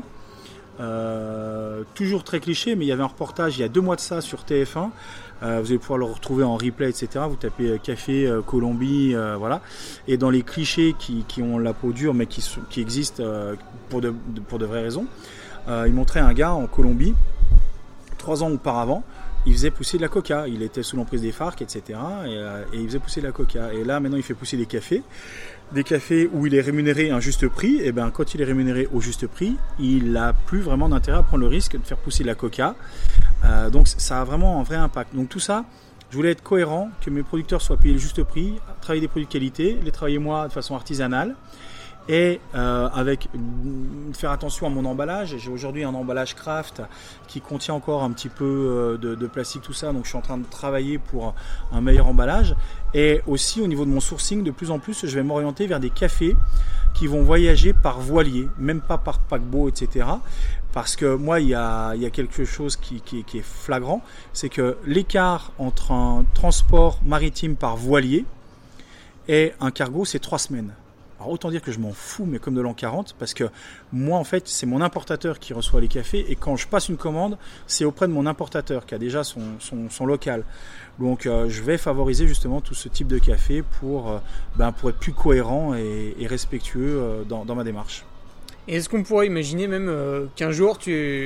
Toujours très cliché, mais il y avait un reportage il y a 2 mois de ça sur TF1. Vous allez pouvoir le retrouver en replay, etc. Vous tapez café Colombie, voilà. Et dans les clichés qui ont la peau dure, mais qui existent pour de vraies raisons, il montrait un gars en Colombie, 3 ans auparavant, il faisait pousser de la coca. Il était sous l'emprise des FARC, etc. Et il faisait pousser de la coca. Et là, maintenant, il fait pousser des cafés où il est rémunéré à un juste prix. Et bien, quand il est rémunéré au juste prix, il n'a plus vraiment d'intérêt à prendre le risque de faire pousser de la coca. Donc, ça a vraiment un vrai impact. Donc, tout ça, je voulais être cohérent, que mes producteurs soient payés le juste prix, travailler des produits de qualité, les travailler moi de façon artisanale. Et avec faire attention à mon emballage. J'ai aujourd'hui un emballage craft qui contient encore un petit peu de plastique, tout ça, donc je suis en train de travailler pour un meilleur emballage. Et aussi au niveau de mon sourcing, de plus en plus je vais m'orienter vers des cafés qui vont voyager par voilier, même pas par paquebot, etc. Parce que moi il y a quelque chose qui est flagrant, c'est que l'écart entre un transport maritime par voilier et un cargo, c'est 3 semaines. Alors autant dire que je m'en fous, mais comme de l'an 40, parce que moi en fait c'est mon importateur qui reçoit les cafés, et quand je passe une commande, c'est auprès de mon importateur qui a déjà son local. Donc je vais favoriser justement tout ce type de café pour être plus cohérent et respectueux dans ma démarche. Et est-ce qu'on pourrait imaginer même qu'un jour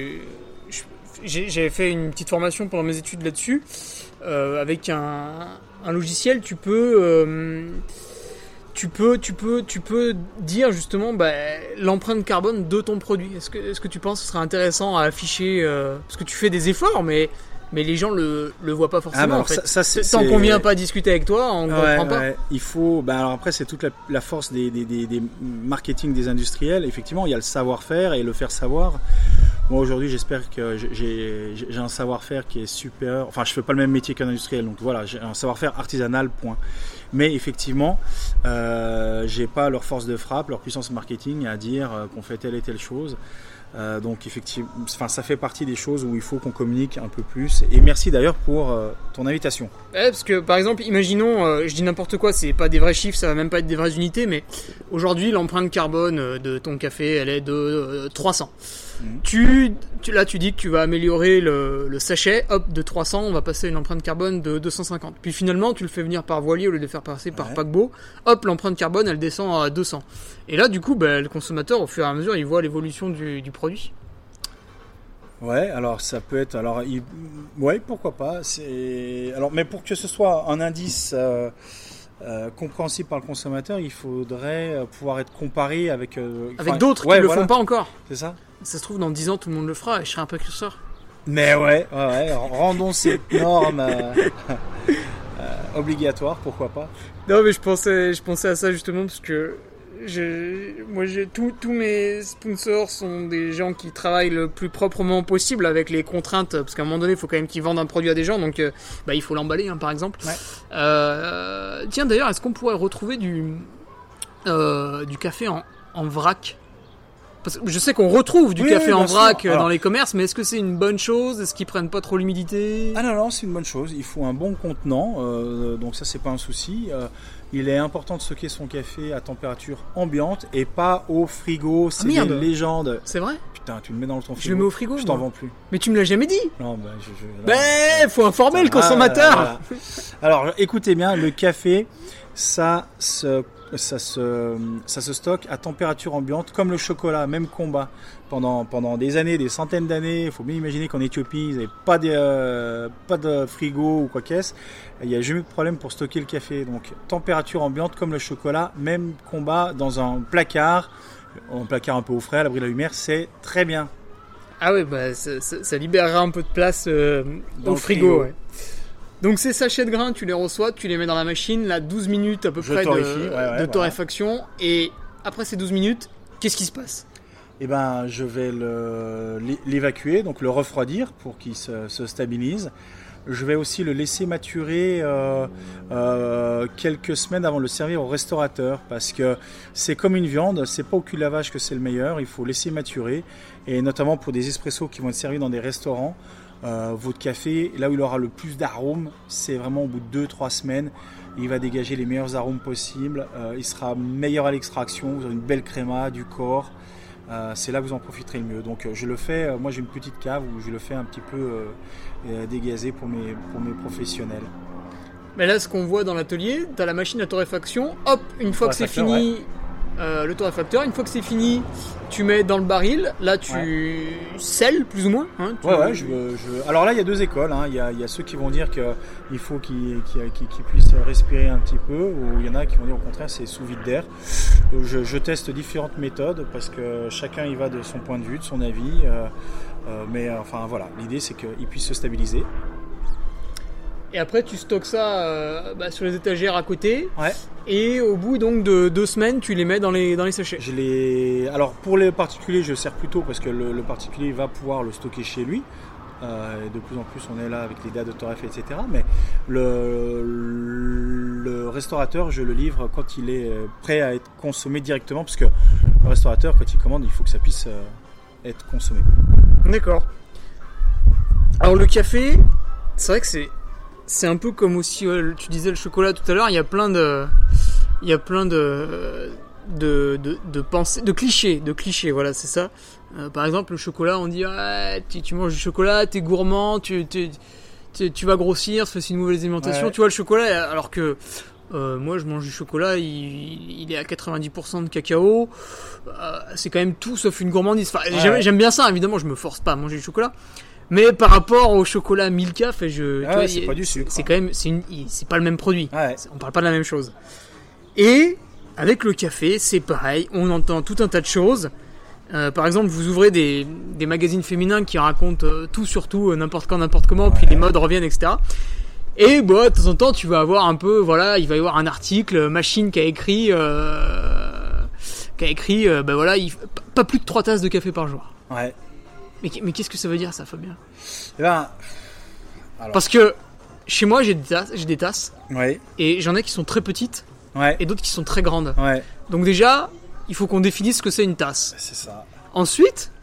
j'avais fait une petite formation pendant mes études là-dessus, avec un logiciel, tu peux dire justement l'empreinte carbone de ton produit. Est-ce que tu penses que ce serait intéressant à afficher, parce que tu fais des efforts, mais mais les gens le voient pas forcément. En fait. Tant qu'on vient pas discuter avec toi, on comprend pas. Il faut. Alors après, c'est toute la force des marketing des industriels. Effectivement, il y a le savoir-faire et le faire savoir. Moi aujourd'hui, j'espère que j'ai un savoir-faire qui est supérieur. Enfin, je fais pas le même métier qu'un industriel, donc voilà, j'ai un savoir-faire artisanal, point. Mais effectivement, j'ai pas leur force de frappe, leur puissance marketing à dire qu'on fait telle et telle chose. Donc effectivement, ça fait partie des choses où il faut qu'on communique un peu plus. Et merci d'ailleurs pour ton invitation. Parce que par exemple, imaginons, je dis n'importe quoi, c'est pas des vrais chiffres, ça va même pas être des vraies unités, mais aujourd'hui l'empreinte carbone de ton café, elle est de 300. Là, tu dis que tu vas améliorer le sachet, hop, de 300, on va passer à une empreinte carbone de 250. Puis finalement, tu le fais venir par voilier au lieu de faire passer par paquebot, hop, l'empreinte carbone, elle descend à 200. Et là, du coup, le consommateur, au fur et à mesure, il voit l'évolution du produit. Ouais, alors ça peut être... pourquoi pas. Mais pour que ce soit un indice... compréhensible par le consommateur, il faudrait pouvoir être comparé avec d'autres qui le font pas encore. C'est ça. Ça se trouve dans 10 ans tout le monde le fera et je serai un précurseur. Mais rendons cette norme obligatoire, pourquoi pas. Non mais je pensais à ça justement parce que tous mes sponsors sont des gens qui travaillent le plus proprement possible avec les contraintes, parce qu'à un moment donné il faut quand même qu'ils vendent un produit à des gens, donc il faut l'emballer par exemple. Tiens d'ailleurs, est-ce qu'on pourrait retrouver du café en vrac? Parce que je sais qu'on retrouve du café en vrac dans les commerces, mais est-ce que c'est une bonne chose? Est-ce qu'ils prennent pas trop l'humidité? Ah non, c'est une bonne chose. Il faut un bon contenant, donc ça c'est pas un souci. Il est important de stocker son café à température ambiante et pas au frigo. C'est une légende. C'est vrai? Putain, tu le mets dans ton frigo. Je le mets au frigo. Je t'en vends plus. Mais tu me l'as jamais dit. Non, faut informer le consommateur. Voilà. Alors, écoutez bien, le café, ça se stocke à température ambiante, comme le chocolat, même combat. Pendant des années, des centaines d'années, il faut bien imaginer qu'en Éthiopie, ils n'avaient pas de frigo ou quoi qu'est-ce. Il n'y a jamais eu de problème pour stocker le café. Donc, température ambiante, comme le chocolat, même combat, dans un placard un peu au frais, à l'abri de la lumière, c'est très bien. Ah oui, ça libérera un peu de place au frigo. Ouais. Donc ces sachets de grains, tu les reçois, tu les mets dans la machine, là 12 minutes à peu près de torréfaction, et après ces 12 minutes, qu'est-ce qui se passe? Je vais l'évacuer, donc le refroidir pour qu'il se stabilise. Je vais aussi le laisser maturer quelques semaines avant de le servir au restaurateur, parce que c'est comme une viande, c'est pas au cul de lavage que c'est le meilleur, il faut laisser maturer, et notamment pour des espressos qui vont être servis dans des restaurants. Votre café, là où il aura le plus d'arômes, c'est vraiment au bout de 2-3 semaines. Il va dégager les meilleurs arômes possibles. Il sera meilleur à l'extraction. Vous aurez une belle créma, du corps. C'est là que vous en profiterez le mieux. Donc je le fais, moi j'ai une petite cave où je le fais un petit peu dégazer pour mes professionnels. Mais là, ce qu'on voit dans l'atelier, tu as la machine à torréfaction. Hop, une fois que c'est fini, le torréfacteur, une fois que c'est fini, tu mets dans le baril. Là, tu scelles plus ou moins. Hein, Alors là, il y a deux écoles. Hein. Il y a ceux qui vont dire qu'il faut qu'ils puissent respirer un petit peu, ou il y en a qui vont dire au contraire c'est sous vide d'air. Je teste différentes méthodes parce que chacun y va de son point de vue, de son avis. Mais enfin voilà, l'idée c'est qu'ils puissent se stabiliser. Et après, tu stockes ça sur les étagères à côté. Ouais. Et au bout donc de 2 semaines, tu les mets dans les sachets. Alors pour les particuliers, je sers plutôt parce que le particulier va pouvoir le stocker chez lui. De plus en plus, on est là avec les dates de torréfaction, etc. Mais le restaurateur, je le livre quand il est prêt à être consommé directement, parce que le restaurateur, quand il commande, il faut que ça puisse être consommé. D'accord. Alors le café, c'est vrai que c'est un peu comme aussi, tu disais le chocolat tout à l'heure, il y a plein de pensées, de clichés, voilà, c'est ça. Par exemple, le chocolat, on dit tu manges du chocolat, t'es gourmand, tu vas grossir, c'est une mauvaise alimentation. Ouais. Tu vois le chocolat, alors que moi je mange du chocolat, il est à 90% de cacao. C'est quand même tout sauf une gourmandise. Enfin, j'aime bien ça, évidemment, je me force pas à manger du chocolat. Mais par rapport au chocolat Milka, c'est pas du sucre. C'est quand même, c'est pas le même produit. Ouais. On parle pas de la même chose. Et avec le café, c'est pareil. On entend tout un tas de choses. Par exemple, vous ouvrez des magazines féminins qui racontent tout sur tout, n'importe quand, n'importe comment, puis les modes reviennent, etc. Et de temps en temps, tu vas avoir un peu, voilà, il va y avoir un article, Machine qui a écrit, pas plus de 3 tasses de café par jour. Ouais. Mais qu'est-ce que ça veut dire, ça, Fabien ? Eh ben, Parce que chez moi, j'ai des tasses, ouais. Et j'en ai qui sont très petites, Ouais. et d'autres qui sont très grandes. Ouais. Donc déjà, il faut qu'on définisse ce que c'est une tasse. C'est ça. Ensuite,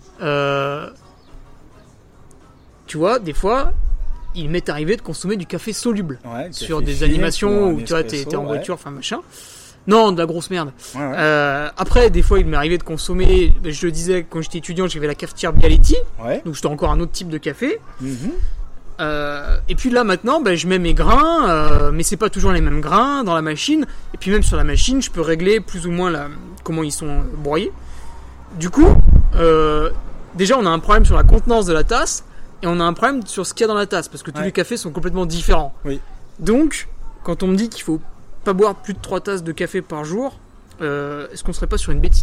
tu vois, des fois, il m'est arrivé de consommer du café soluble. Ouais, sur des animations où tu vois, t'es en voiture, enfin machin. Non, de la grosse merde. Ouais. Après, des fois, il m'est arrivé de consommer, je le disais, quand j'étais étudiant, j'avais la cafetière Bialetti. Ouais. Donc c'était encore un autre type de café. Mm-hmm. Et puis là maintenant, je mets mes grains, mais c'est pas toujours les mêmes grains dans la machine. Et puis même sur la machine, je peux régler plus ou moins comment ils sont broyés. Du coup, déjà on a un problème sur la contenance de la tasse et on a un problème sur ce qu'il y a dans la tasse parce que tous les cafés sont complètement différents. Oui. Donc, quand on me dit qu'il faut pas boire plus de 3 tasses de café par jour, est-ce qu'on serait pas sur une bêtise ?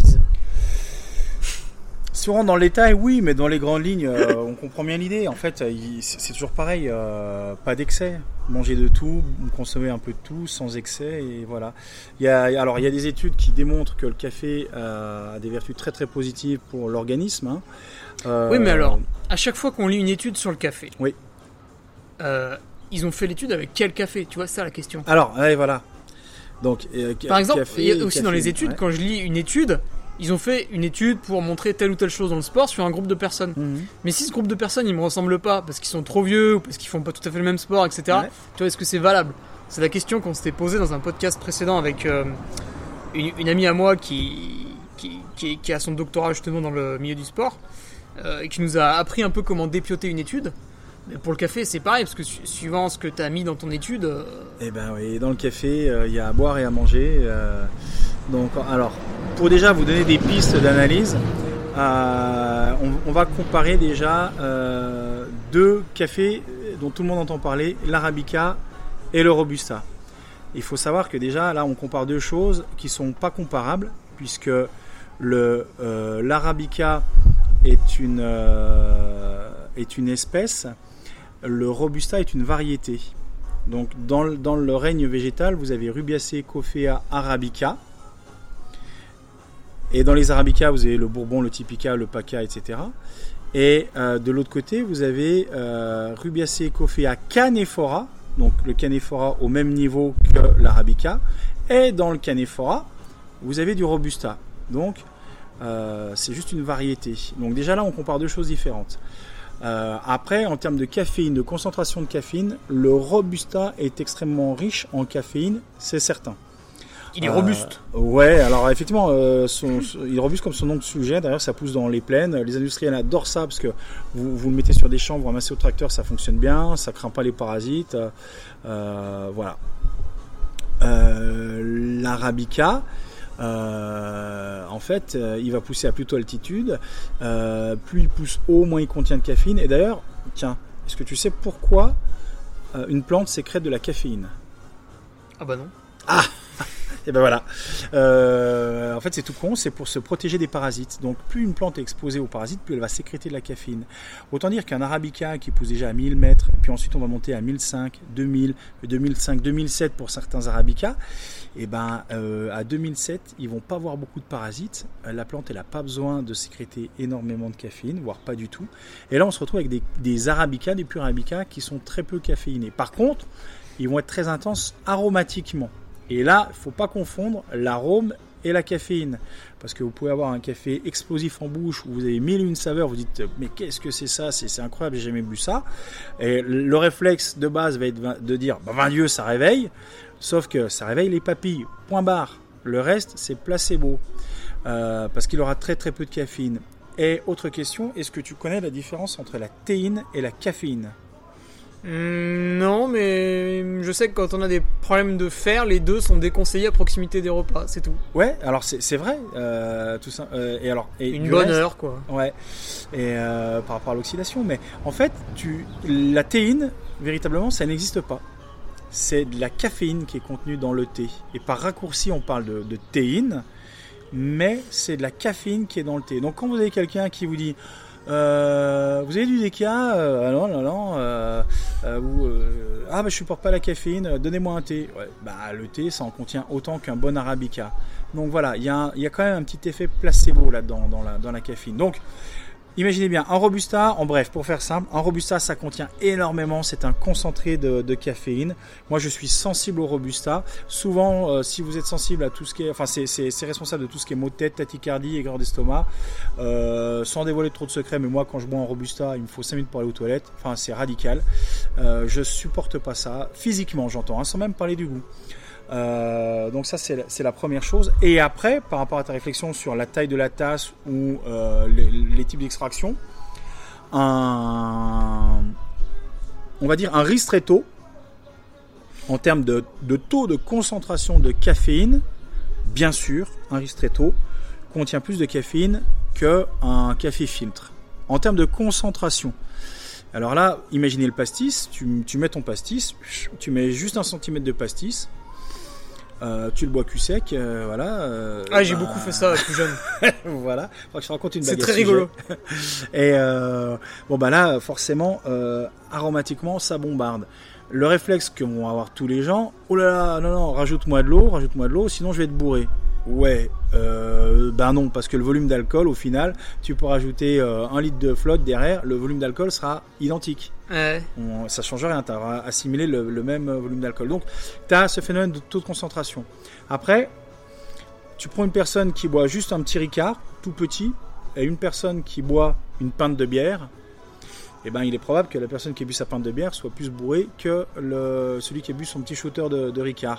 Si on rentre dans le détail, oui, mais dans les grandes lignes, on comprend bien l'idée. En fait, c'est toujours pareil, pas d'excès. Manger de tout, consommer un peu de tout, sans excès, et voilà. Il y a des études qui démontrent que le café a des vertus très très positives pour l'organisme. Hein. Oui, mais alors, à chaque fois qu'on lit une étude sur le café, oui. Ils ont fait l'étude avec quel café ? Tu vois, c'est ça la question. Alors, ouais, voilà. Donc, par exemple, café, il y a aussi café, dans les études, quand je lis une étude, ils ont fait une étude pour montrer telle ou telle chose dans le sport sur un groupe de personnes. Mm-hmm. Mais si ce groupe de personnes, il me ressemble pas, parce qu'ils sont trop vieux, ou parce qu'ils font pas tout à fait le même sport, etc., tu vois, est-ce que c'est valable ? C'est la question qu'on s'était posée dans un podcast précédent avec une amie à moi qui a son doctorat justement dans le milieu du sport, et qui nous a appris un peu comment dépioter une étude. Mais pour le café, c'est pareil, parce que suivant ce que tu as mis dans ton étude... Eh ben oui, dans le café, il y a à boire et à manger. Donc, alors, pour déjà vous donner des pistes d'analyse, on va comparer déjà 2 cafés dont tout le monde entend parler, l'Arabica et le Robusta. Il faut savoir que déjà, là, on compare 2 choses qui ne sont pas comparables, puisque l'Arabica est une espèce, le Robusta est une variété. Donc dans le règne végétal, vous avez Rubiacea coffea arabica. Et dans les Arabica, vous avez le Bourbon, le Typica, le Paca, etc. Et de l'autre côté, vous avez Rubiacea coffea canephora, donc le canephora au même niveau que l'Arabica. Et dans le canephora, vous avez du Robusta. Donc c'est juste une variété. Donc déjà là, on compare 2 choses différentes. Après, en termes de caféine, de concentration de caféine, le Robusta est extrêmement riche en caféine, c'est certain. Il est robuste. Ouais, alors effectivement, il est robuste comme son nom le sujet. D'ailleurs, ça pousse dans les plaines. Les industriels adorent ça parce que vous le mettez sur des champs, vous ramassez au tracteur, ça fonctionne bien, ça craint pas les parasites. Voilà. L'Arabica, en fait, il va pousser à plus haute altitude. Plus il pousse haut, moins il contient de caféine. Et d'ailleurs, tiens, est-ce que tu sais pourquoi une plante sécrète de la caféine ? Ah bah non. Ah. Et ben voilà. En fait, c'est tout con, c'est pour se protéger des parasites. Donc, plus une plante est exposée aux parasites, plus elle va sécréter de la caféine. Autant dire qu'un Arabica qui pousse déjà à 1000 mètres, et puis ensuite on va monter à 1005, 2000, 2005, 2007 pour certains Arabica, et ben à 2007, ils vont pas avoir beaucoup de parasites. La plante, elle a pas besoin de sécréter énormément de caféine, voire pas du tout. Et là, on se retrouve avec des Arabica, des purs Arabica qui sont très peu caféinés. Par contre, ils vont être très intenses aromatiquement. Et là, il ne faut pas confondre l'arôme et la caféine. Parce que vous pouvez avoir un café explosif en bouche où vous avez 1001 saveurs, vous dites mais qu'est-ce que c'est ça, c'est incroyable, j'ai jamais bu ça. Et le réflexe de base va être de dire ben Dieu, ça réveille. Sauf que ça réveille les papilles, point barre. Le reste, c'est placebo. Parce qu'il aura très très peu de caféine. Et autre question, est-ce que tu connais la différence entre la théine et la caféine ? Non, mais je sais que quand on a des problèmes de fer, les deux sont déconseillés à proximité des repas, c'est tout. Ouais, alors c'est vrai, tout ça. Et une bonne heure, quoi. Ouais. Et par rapport à l'oxydation, mais en fait, la théine, véritablement, ça n'existe pas. C'est de la caféine qui est contenue dans le thé. Et par raccourci, on parle de théine. mais c'est de la caféine qui est dans le thé. Donc quand vous avez quelqu'un qui vous dit vous avez du déca non, je supporte pas la caféine, donnez-moi un thé. Ouais, le thé, ça en contient autant qu'un bon arabica. Donc voilà, il y a quand même un petit effet placebo là-dedans dans la caféine. Donc imaginez bien, un Robusta, en bref, pour faire simple, un Robusta, ça contient énormément, c'est un concentré de caféine. Moi, je suis sensible au Robusta. Souvent, si vous êtes sensible à tout ce qui est... Enfin, c'est responsable de tout ce qui est maux de tête, tachycardie, aigreur d'estomac. Sans dévoiler trop de secrets, mais moi, quand je bois un Robusta, il me faut 5 minutes pour aller aux toilettes. Enfin, c'est radical. Je supporte pas ça. Physiquement, j'entends, sans même parler du goût. Donc ça c'est la première chose. Et après, par rapport à ta réflexion sur la taille de la tasse ou les types d'extraction, on va dire un ristretto en termes de taux de concentration de caféine, bien sûr, un ristretto contient plus de caféine qu'un café filtre. En termes de concentration, alors là, imaginez le pastis, tu mets ton pastis, tu mets juste 1 centimètre de pastis. Tu le bois cul sec, voilà. J'ai beaucoup fait ça plus jeune. Voilà, faut que je te raconte une blague. C'est très rigolo. Et là, forcément, aromatiquement, ça bombarde. Le réflexe que vont avoir tous les gens, oh là là, non, rajoute-moi de l'eau, sinon je vais te bourrer. Ouais, non, parce que le volume d'alcool, au final, tu peux rajouter 1 litre de flotte derrière, le volume d'alcool sera identique. Ça change rien, tu as assimilé le même volume d'alcool. Donc, tu as ce phénomène de taux de concentration. Après, tu prends une personne qui boit juste un petit Ricard, tout petit, et une personne qui boit une pinte de bière, il est probable que la personne qui a bu sa pinte de bière soit plus bourrée que celui qui a bu son petit shooter de Ricard.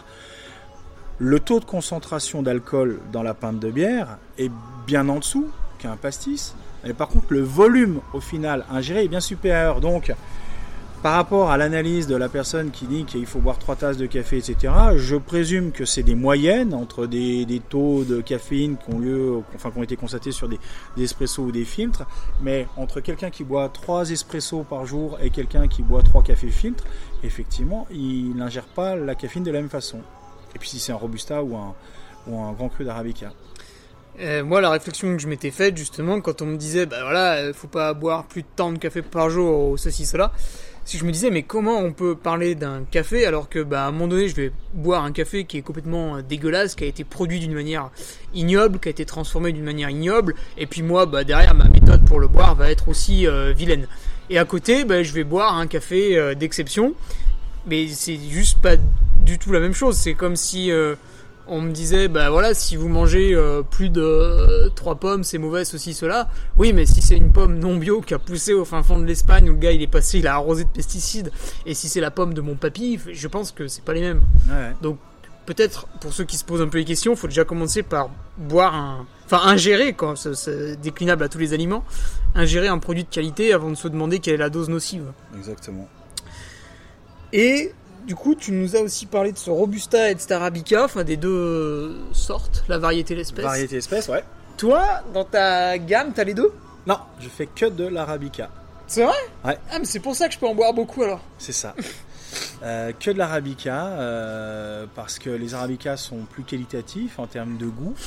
Le taux de concentration d'alcool dans la pinte de bière est bien en dessous qu'un pastis. Mais par contre, le volume au final ingéré est bien supérieur. Donc, par rapport à l'analyse de la personne qui dit qu'il faut boire 3 tasses de café, etc., je présume que c'est des moyennes entre des taux de caféine qui ont été constatés sur des espressos ou des filtres. Mais entre quelqu'un qui boit 3 espressos par jour et quelqu'un qui boit 3 cafés filtres, effectivement, il n'ingère pas la caféine de la même façon. Et puis si c'est un Robusta ou un grand cru d'Arabica. Moi, la réflexion que je m'étais faite, justement, quand on me disait, faut pas boire plus de tant de café par jour, ou ceci, cela, c'est que je me disais, mais comment on peut parler d'un café alors que, à un moment donné, je vais boire un café qui est complètement dégueulasse, qui a été produit d'une manière ignoble, qui a été transformé d'une manière ignoble, et puis moi, derrière, ma méthode pour le boire va être aussi vilaine. Et à côté, je vais boire un café d'exception, mais c'est juste pas du tout la même chose. C'est comme si on me disait si vous mangez plus de 3 pommes, c'est mauvais, ceci, cela. Oui, mais si c'est une pomme non bio qui a poussé au fin fond de l'Espagne où le gars il a arrosé de pesticides, et si c'est la pomme de mon papy, je pense que c'est pas les mêmes. Ouais. Donc peut-être pour ceux qui se posent un peu les questions, il faut déjà commencer par ingérer, quand c'est déclinable à tous les aliments, ingérer un produit de qualité avant de se demander quelle est la dose nocive. Exactement. Et du coup, tu nous as aussi parlé de ce Robusta et de cet Arabica, des 2 sortes, la variété et l'espèce. Variété et espèce, ouais. Toi, dans ta gamme, t'as les 2 ? Non, je fais que de l'Arabica. C'est vrai ? Ouais. Ah, mais c'est pour ça que je peux en boire beaucoup alors. C'est ça. Que de l'Arabica, parce que les Arabicas sont plus qualitatifs en termes de goût.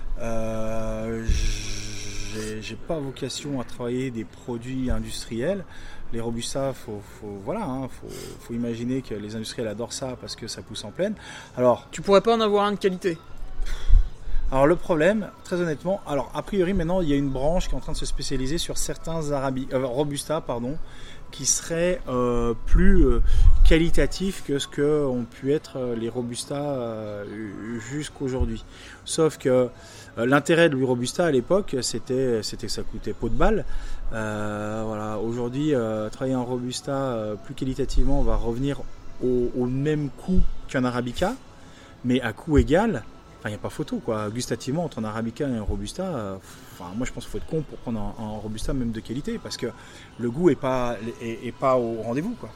J'ai pas vocation à travailler des produits industriels. Les Robusta, faut imaginer que les industriels adorent ça parce que ça pousse en plaine. Alors, tu pourrais pas en avoir un de qualité ? Alors le problème, très honnêtement, a priori maintenant il y a une branche qui est en train de se spécialiser sur certains Robusta, qui seraient plus qualitatifs que ce que ont pu être les Robusta jusqu'aujourd'hui. Sauf que l'intérêt de Louis Robusta à l'époque, c'était que ça coûtait peau de balle. Aujourd'hui, travailler un Robusta plus qualitativement va revenir au même coût qu'un Arabica, mais à coût égal. Il n'y a pas photo, quoi. Gustativement, entre un Arabica et un Robusta, moi je pense qu'il faut être con pour prendre un Robusta même de qualité, parce que le goût est pas au rendez-vous, quoi.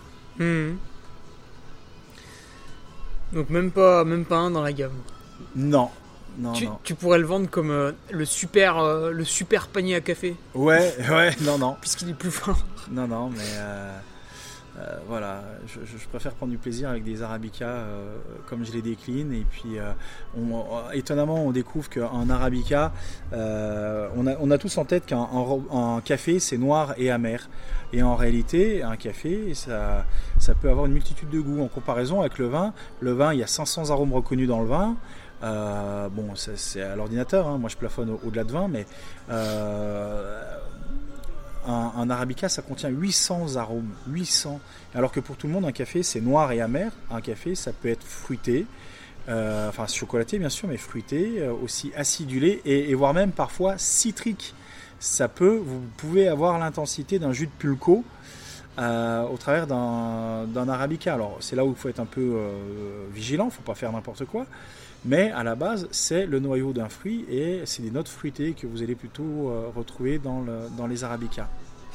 Donc même pas un dans la gamme. Non. Tu pourrais le vendre comme le super panier à café. Ouais, non. Puisqu'il est plus fin. Non, mais voilà, je préfère prendre du plaisir avec des Arabica comme je les décline. Et puis, étonnamment, on découvre qu'un Arabica, on a tous en tête qu'un café, c'est noir et amer. Et en réalité, un café, ça peut avoir une multitude de goûts. En comparaison avec le vin, il y a 500 arômes reconnus dans le vin. Bon, c'est à l'ordinateur, hein. Moi je plafonne au-delà de 20, mais un Arabica, ça contient 800 arômes, 800. Alors que pour tout le monde, un café, c'est noir et amer. Un café, ça peut être fruité, enfin chocolaté bien sûr, mais fruité, aussi acidulé et voire même parfois citrique. Vous pouvez avoir l'intensité d'un jus de pulco au travers d'un Arabica. Alors c'est là où il faut être un peu vigilant, il ne faut pas faire n'importe quoi. Mais à la base, c'est le noyau d'un fruit et c'est des notes fruitées que vous allez plutôt retrouver dans les Arabicas.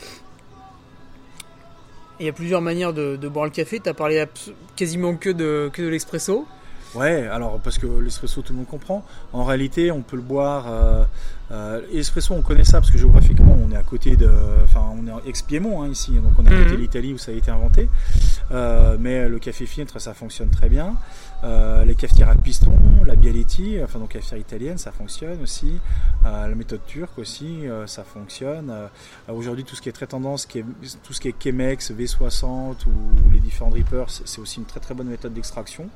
Il y a plusieurs manières de boire le café. Tu as parlé quasiment que de l'expresso. Ouais, alors parce que l'espresso tout le monde comprend. En réalité, on peut le boire. L'espresso, on connaît ça parce que géographiquement, on est à côté on est ex-Piémont ici, donc on est à côté de l'Italie où ça a été inventé. Mais le café filtre, ça fonctionne très bien. Les cafetières à piston, la Bialetti, donc cafetière italienne, ça fonctionne aussi. La méthode turque aussi, ça fonctionne. Aujourd'hui, tout ce qui est très tendance, tout ce qui est Chemex, V60 ou les différents drippers, c'est aussi une très très bonne méthode d'extraction.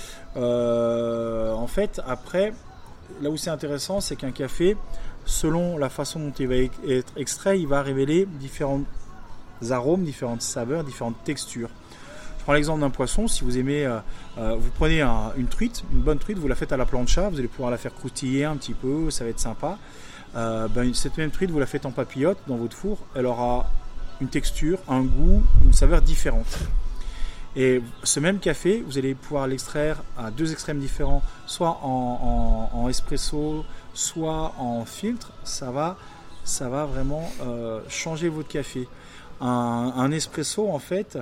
En fait, après, là où c'est intéressant, c'est qu'un café, selon la façon dont il va être extrait, il va révéler différents arômes, différentes saveurs, différentes textures. Je prends l'exemple d'un poisson. Si vous aimez, vous prenez une truite, une bonne truite, vous la faites à la plancha, vous allez pouvoir la faire croustiller un petit peu, ça va être sympa. Cette même truite, vous la faites en papillote dans votre four, elle aura une texture, un goût, une saveur différente. Et ce même café, vous allez pouvoir l'extraire à deux extrêmes différents, soit en espresso, soit en filtre. Ça va vraiment changer votre café. Un espresso, en fait,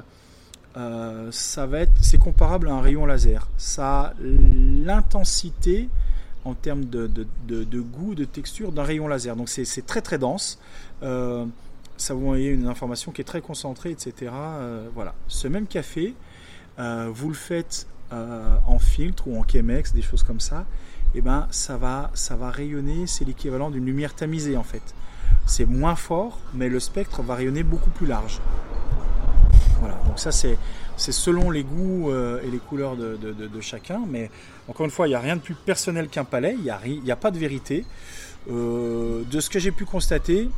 c'est comparable à un rayon laser. Ça a l'intensité en termes de goût, de texture d'un rayon laser. Donc c'est très très dense. Ça vous envoie une information qui est très concentrée, etc. Voilà. Ce même café, vous le faites en filtre ou en Chemex, des choses comme ça, et ça va rayonner. C'est l'équivalent d'une lumière tamisée en fait. C'est moins fort, mais le spectre va rayonner beaucoup plus large. Voilà. Donc ça c'est selon les goûts et les couleurs de chacun. Mais encore une fois, il n'y a rien de plus personnel qu'un palais. Il n'y a pas de vérité. De ce que j'ai pu constater.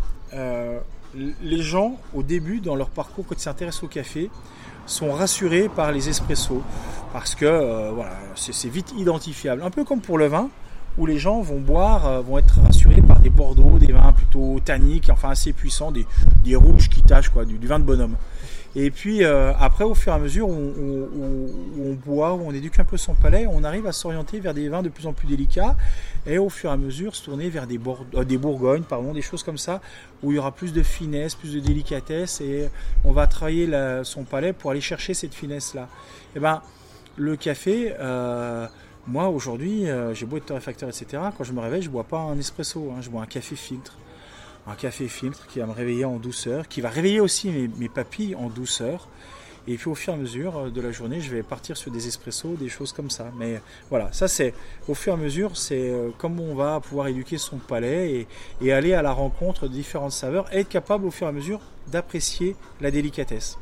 Les gens, au début, dans leur parcours, quand ils s'intéressent au café, sont rassurés par les espressos parce que c'est vite identifiable. Un peu comme pour le vin, où les gens vont être rassurés par des bordeaux, des vins plutôt tanniques, enfin assez puissants, des rouges qui tâchent, du vin de bonhomme. Et puis après, au fur et à mesure où on boit, où on éduque un peu son palais, on arrive à s'orienter vers des vins de plus en plus délicats et au fur et à mesure se tourner vers des Bourgognes, des choses comme ça, où il y aura plus de finesse, plus de délicatesse et on va travailler son palais pour aller chercher cette finesse-là. Et le café, moi aujourd'hui, j'ai beau être torréfacteur, etc. Quand je me réveille, je bois pas un espresso, je bois un café filtre. Un café filtre qui va me réveiller en douceur, qui va réveiller aussi mes papilles en douceur. Et puis au fur et à mesure de la journée, je vais partir sur des espressos, des choses comme ça. Mais voilà, ça c'est au fur et à mesure, c'est comment on va pouvoir éduquer son palais et aller à la rencontre de différentes saveurs et être capable au fur et à mesure d'apprécier la délicatesse.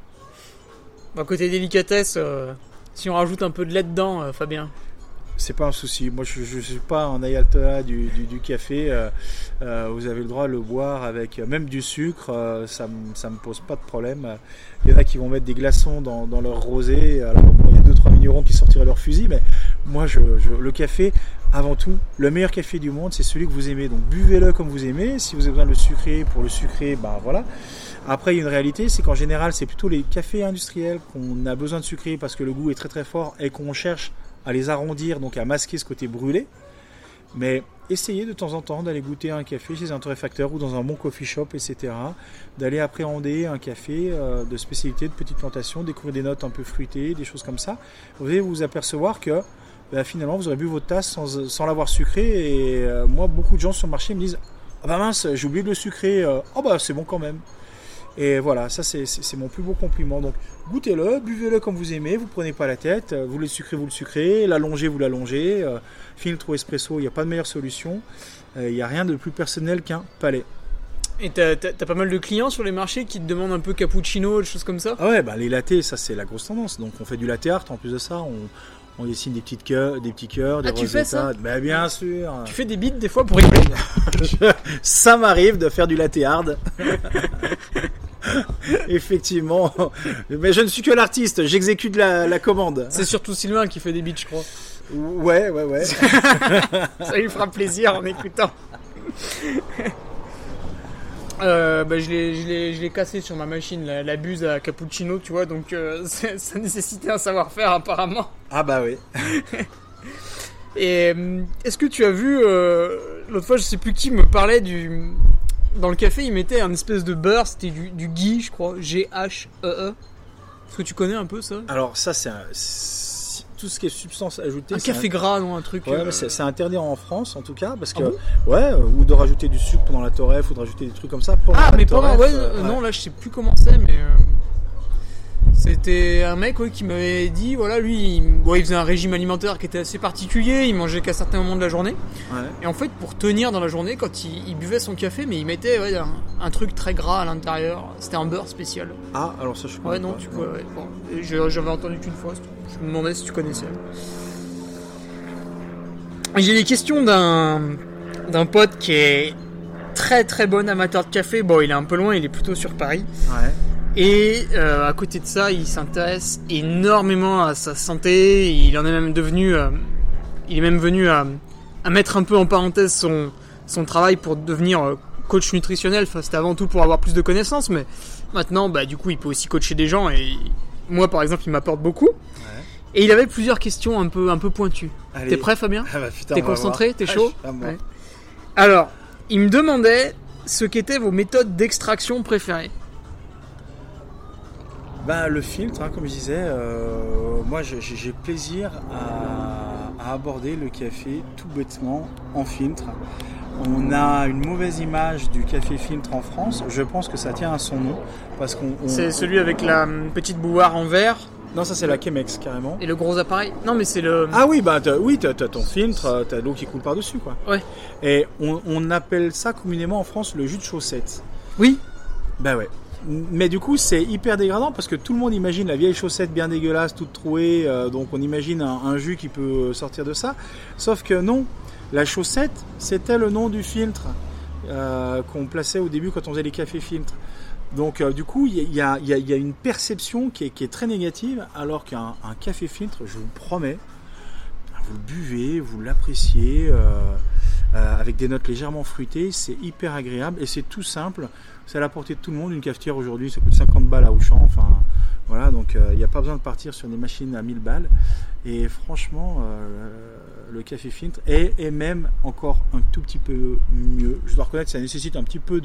Côté délicatesse, si on rajoute un peu de lait dedans, Fabien. C'est pas un souci. Moi, je suis pas un ayatollah du café. Vous avez le droit de le boire avec même du sucre. Ça me pose pas de problème. Il y en a qui vont mettre des glaçons dans leur rosé. Alors il y a 2-3 vignerons qui sortiraient leur fusil, mais moi, le café, avant tout, le meilleur café du monde, c'est celui que vous aimez. Donc buvez-le comme vous aimez. Si vous avez besoin de le sucrer, pour le sucrer, voilà. Après, il y a une réalité, c'est qu'en général, c'est plutôt les cafés industriels qu'on a besoin de sucrer parce que le goût est très très fort et qu'on cherche à les arrondir, donc à masquer ce côté brûlé. Mais essayez de temps en temps d'aller goûter un café chez un torréfacteur ou dans un bon coffee shop, etc. D'aller appréhender un café de spécialité, de petite plantation, découvrir des notes un peu fruitées, des choses comme ça. Vous allez vous apercevoir que finalement vous aurez bu votre tasse sans l'avoir sucré. Et moi, beaucoup de gens sur le marché me disent « Ah mince, j'ai oublié de le sucrer. C'est bon quand même ». Et voilà, ça c'est mon plus beau compliment. Donc goûtez-le, buvez-le comme vous aimez, vous prenez pas la tête, vous le sucrez, l'allongez, vous l'allongez. Filtre ou espresso, il n'y a pas de meilleure solution. Il n'y a rien de plus personnel qu'un palais. Et t'as pas mal de clients sur les marchés qui te demandent un peu cappuccino, des choses comme ça? Ah ouais, bah les lattés, ça c'est la grosse tendance. Donc on fait du latte art, en plus de ça, on dessine des petits cœurs, des tu fais ça? Bah bien sûr. Tu fais des beats des fois pour rigoler? Ça m'arrive de faire du latte art. Effectivement, mais je ne suis que l'artiste, j'exécute la commande. C'est surtout Sylvain qui fait des beats, je crois. Ouais. Ça lui fera plaisir en écoutant. Je l'ai cassé sur ma machine, la buse à cappuccino, tu vois, donc ça nécessitait un savoir-faire apparemment. Ah bah oui. Et est-ce que tu as vu, l'autre fois je sais plus qui me parlait dans le café, il mettait un espèce de beurre, c'était du ghee, je crois, Ghee. Est-ce que tu connais un peu ça? Alors ça c'est tout ce qui est substance ajoutée. Un café gras, non, un truc. Ouais, mais c'est interdit en France en tout cas, parce que bon ou de rajouter du sucre pendant la torréf, ou de rajouter des trucs comme ça. Non, là je sais plus comment c'est, mais c'était un mec qui m'avait dit, voilà, lui, il faisait un régime alimentaire qui était assez particulier, il mangeait qu'à certains moments de la journée. Ouais. Et en fait, pour tenir dans la journée, quand il buvait son café, mais il mettait un truc très gras à l'intérieur. C'était un beurre spécial. Ah, alors ça je connais. Ouais, non, tu vois. Ouais. Bon, j'avais entendu qu'une fois. Je me demandais si tu connaissais. J'ai des questions d'un pote qui est très très bon amateur de café. Bon, il est un peu loin, il est plutôt sur Paris. Ouais. Et à côté de ça, il s'intéresse énormément à sa santé. Il en est même devenu, il est même venu à mettre un peu en parenthèse son travail pour devenir coach nutritionnel. Enfin, c'était avant tout pour avoir plus de connaissances, mais maintenant, du coup, il peut aussi coacher des gens. Et moi, par exemple, il m'apporte beaucoup. Ouais. Et il avait plusieurs questions un peu pointues. Allez. T'es prêt, Fabien? Putain, t'es concentré? T'es chaud? Ouais. Alors, il me demandait ce qu'étaient vos méthodes d'extraction préférées. Le filtre, comme je disais, moi j'ai plaisir à aborder le café tout bêtement en filtre. On a une mauvaise image du café filtre en France. Je pense que ça tient à son nom parce c'est celui avec la petite bouilloire en verre. Non, ça c'est la Chemex carrément. Et le gros appareil. Non, mais c'est le. Ah oui, t'as ton filtre, t'as l'eau qui coule par dessus, quoi. Ouais. Et on appelle ça communément en France le jus de chaussette. Oui. Ouais. Mais du coup, c'est hyper dégradant parce que tout le monde imagine la vieille chaussette bien dégueulasse, toute trouée. Donc on imagine un jus qui peut sortir de ça. Sauf que non, la chaussette, c'était le nom du filtre qu'on plaçait au début quand on faisait les cafés filtres. Donc du coup, il y a une perception qui est très négative, alors qu'un café filtre, je vous promets, vous le buvez, vous l'appréciez, avec des notes légèrement fruitées, c'est hyper agréable et c'est tout simple. C'est à la portée de tout le monde. Une cafetière aujourd'hui, ça coûte 50 balles à Auchan. Enfin, voilà, donc il n'y a pas besoin de partir sur des machines à 1000 balles. Et franchement, le café filtre est même encore un tout petit peu mieux. Je dois reconnaître que ça nécessite un petit peu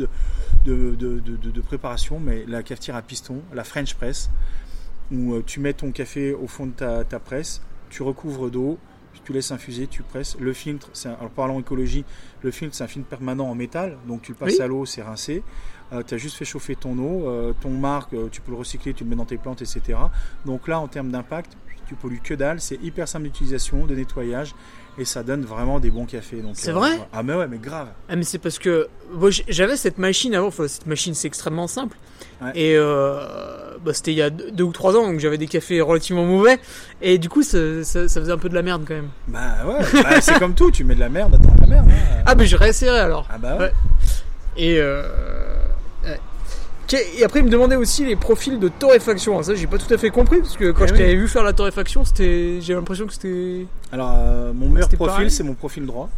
de préparation, mais la cafetière à piston, la French Press, où tu mets ton café au fond de ta presse, tu recouvres d'eau, tu laisses infuser, tu presses. Le filtre, alors parlons écologie, le filtre c'est un filtre permanent en métal, donc tu le passes à l'eau, c'est rincé. Tu as juste fait chauffer ton eau, ton marc, tu peux le recycler, tu le mets dans tes plantes, etc. Donc là, en termes d'impact, tu pollues que dalle, c'est hyper simple d'utilisation, de nettoyage, et ça donne vraiment des bons cafés. Donc, c'est vrai? Ah mais ouais, mais grave. Ah mais c'est parce que j'avais cette machine avant, cette machine c'est extrêmement simple, et c'était il y a 2 ou 3 ans, donc j'avais des cafés relativement mauvais, et du coup ça faisait un peu de la merde quand même. C'est comme tout, tu mets de la merde dans de la merde. Ah mais je réessayerai alors. Ah bah ouais. Et après il me demandait aussi les profils de torréfaction. Alors ça j'ai pas tout à fait compris parce que quand je t'avais vu faire la torréfaction, j'ai l'impression que c'était. Alors mon meilleur profil c'est mon profil droit.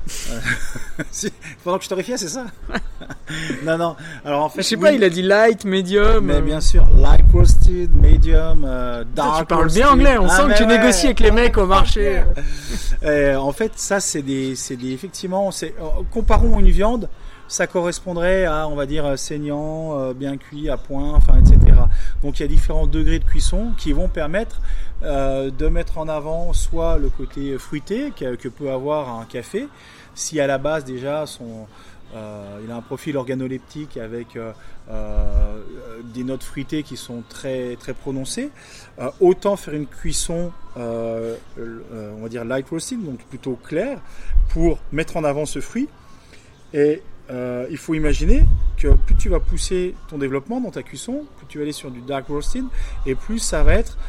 Pendant que je torréfiais, c'est ça? Non. Alors en fait, je sais pas, il a dit light, medium. Mais bien sûr, light roasted, medium, dark. Tu parles bien anglais, on sent que tu négocies avec les mecs au marché. En fait, ça c'est des effectivement, comparons une viande. Ça correspondrait à, on va dire, saignant, bien cuit, à point, etc. Donc il y a différents degrés de cuisson qui vont permettre de mettre en avant soit le côté fruité que peut avoir un café, si à la base déjà il a un profil organoleptique avec des notes fruitées qui sont très, très prononcées. Autant faire une cuisson, on va dire light roasting, donc plutôt claire, pour mettre en avant ce fruit. Et il faut imaginer que plus tu vas pousser ton développement dans ta cuisson, plus tu vas aller sur du dark roasting, et plus ça va être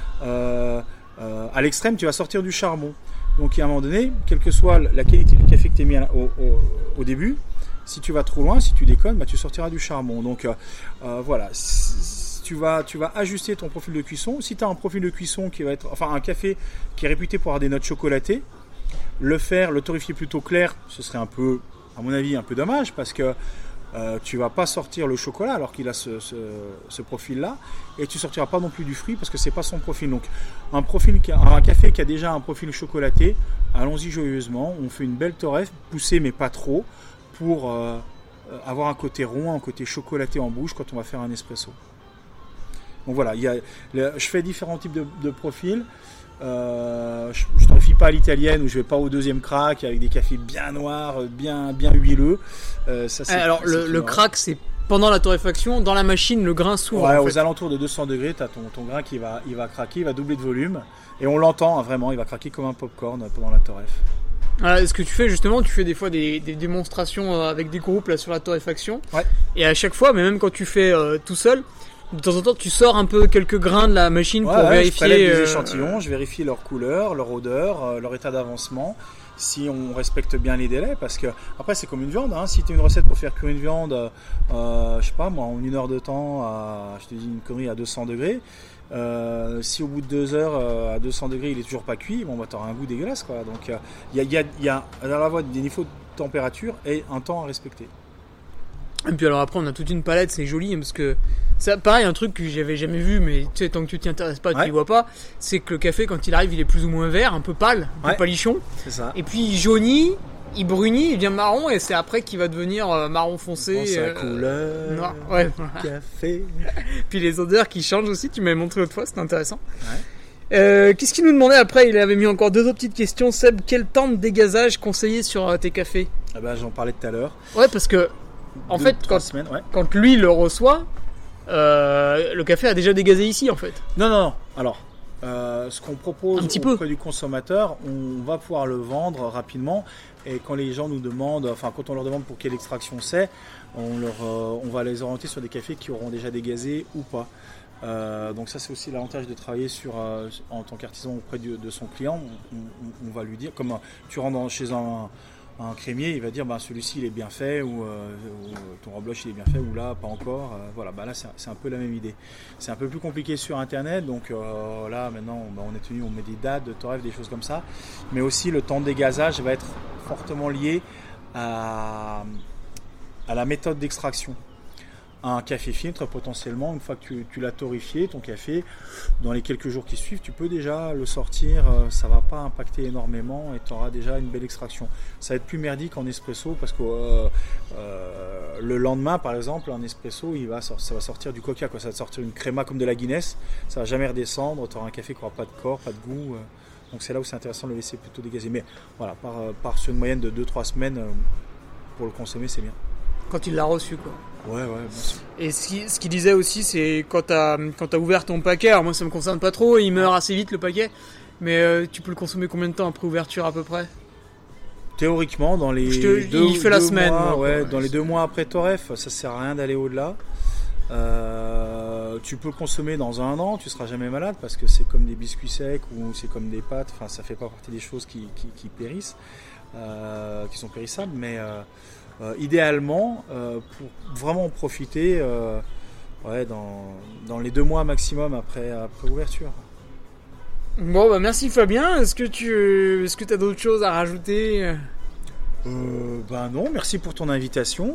à l'extrême, tu vas sortir du charbon. Donc à un moment donné, quelle que soit la qualité du café que tu as mis au début, si tu vas trop loin, si tu déconnes, bah, tu sortiras du charbon. Donc voilà, tu vas ajuster ton profil de cuisson. Si tu as un profil de cuisson qui va être, enfin un café qui est réputé pour avoir des notes chocolatées, le torréfier plutôt clair, ce serait un peu, à mon avis, un peu dommage parce que tu vas pas sortir le chocolat alors qu'il a ce profil-là, et tu sortiras pas non plus du fruit parce que c'est pas son profil. Donc un café qui a déjà un profil chocolaté, allons-y joyeusement, on fait une belle torréf, poussée mais pas trop, pour avoir un côté rond, un côté chocolaté en bouche quand on va faire un espresso. Donc voilà, je fais différents types de profils. Je torréfie pas à l'italienne, où je vais pas au deuxième crack avec des cafés bien noirs, bien huileux. Alors le crack, c'est pendant la torréfaction, dans la machine, le grain s'ouvre. Ouais, aux alentours de 200 degrés, tu as ton grain qui va craquer, il va doubler de volume, et on l'entend hein, vraiment, il va craquer comme un popcorn pendant la torréf. Alors, ce que tu fais justement, tu fais des fois des démonstrations avec des groupes là sur la torréfaction. Ouais. Et à chaque fois, mais même quand tu fais tout seul, de temps en temps, tu sors un peu quelques grains de la machine pour vérifier. Je prélève des échantillons, je vérifie leur couleur, leur odeur, leur état d'avancement, si on respecte bien les délais, parce que après c'est comme une viande. Hein, si tu as une recette pour faire cuire une viande, je sais pas moi, en 1 heure de temps, je te dis une connerie, à 200 degrés. Si au bout de 2 heures à 200 degrés il est toujours pas cuit, bon bah t'auras un goût dégueulasse quoi. Donc il y a dans la voie des niveaux de température et un temps à respecter. Et puis alors après on a toute une palette, c'est joli parce que ça, pareil, un truc que j'avais jamais vu, mais tu sais, tant que tu t'y intéresses pas, tu y vois pas, c'est que le café quand il arrive il est plus ou moins vert, un peu pâle, un peu palichon. C'est ça. Et puis il jaunit, il brunit, il devient marron, et c'est après qu'il va devenir marron foncé. Sa couleur, noir. Café. Puis les odeurs qui changent aussi, tu m'avais montré l'autre fois, c'était intéressant. Qu'est-ce qu'il nous demandait après? Il avait mis encore 2 autres petites questions. Seb, quel temps de dégazage conseiller sur tes cafés? J'en parlais tout à l'heure. Ouais, parce que en fait, quand lui le reçoit, le café a déjà dégazé ici en fait. Non. Alors, ce qu'on propose auprès du consommateur, on va pouvoir le vendre rapidement. Et quand les gens nous demandent, enfin quand on leur demande pour quelle extraction c'est, on va les orienter sur des cafés qui auront déjà dégazé ou pas. Donc ça c'est aussi l'avantage de travailler en tant qu'artisan auprès de son client. On va lui dire, comme tu rentres chez un crémier, il va dire celui-ci il est bien fait, ou ton rebloche il est bien fait, ou là pas encore. Voilà, là c'est un peu la même idée. C'est un peu plus compliqué sur internet, donc là maintenant on est tenu, on met des dates de torréf, des choses comme ça, mais aussi le temps de dégazage va être fortement lié à la méthode d'extraction. Un café filtre, potentiellement, une fois que tu l'as torréfié, ton café, dans les quelques jours qui suivent, tu peux déjà le sortir, ça ne va pas impacter énormément et tu auras déjà une belle extraction. Ça va être plus merdique en espresso parce que le lendemain, par exemple, un espresso, ça va sortir du coca, quoi. Ça va sortir une créma comme de la Guinness, ça ne va jamais redescendre, tu auras un café qui n'aura pas de corps, pas de goût. Donc c'est là où c'est intéressant de le laisser plutôt dégazer. Mais voilà, par sur une moyenne de 2-3 semaines, pour le consommer, c'est bien. Quand il l'a reçu, quoi. Ouais, bien sûr. Et ce qu'il disait aussi, c'est quand t'as ouvert ton paquet, alors moi ça me concerne pas trop, il meurt assez vite le paquet, mais tu peux le consommer combien de temps après ouverture à peu près? Théoriquement, dans les il fait la semaine. Dans les 2 mois après torréf, ça sert à rien d'aller au-delà. Tu peux le consommer dans 1 an, tu seras jamais malade parce que c'est comme des biscuits secs ou c'est comme des pâtes, enfin ça fait pas partie des choses qui périssent, qui sont périssables, mais idéalement, pour vraiment en profiter, dans les 2 mois maximum après ouverture. Bon, merci Fabien. Est-ce que tu as d'autres choses à rajouter? Non, merci pour ton invitation.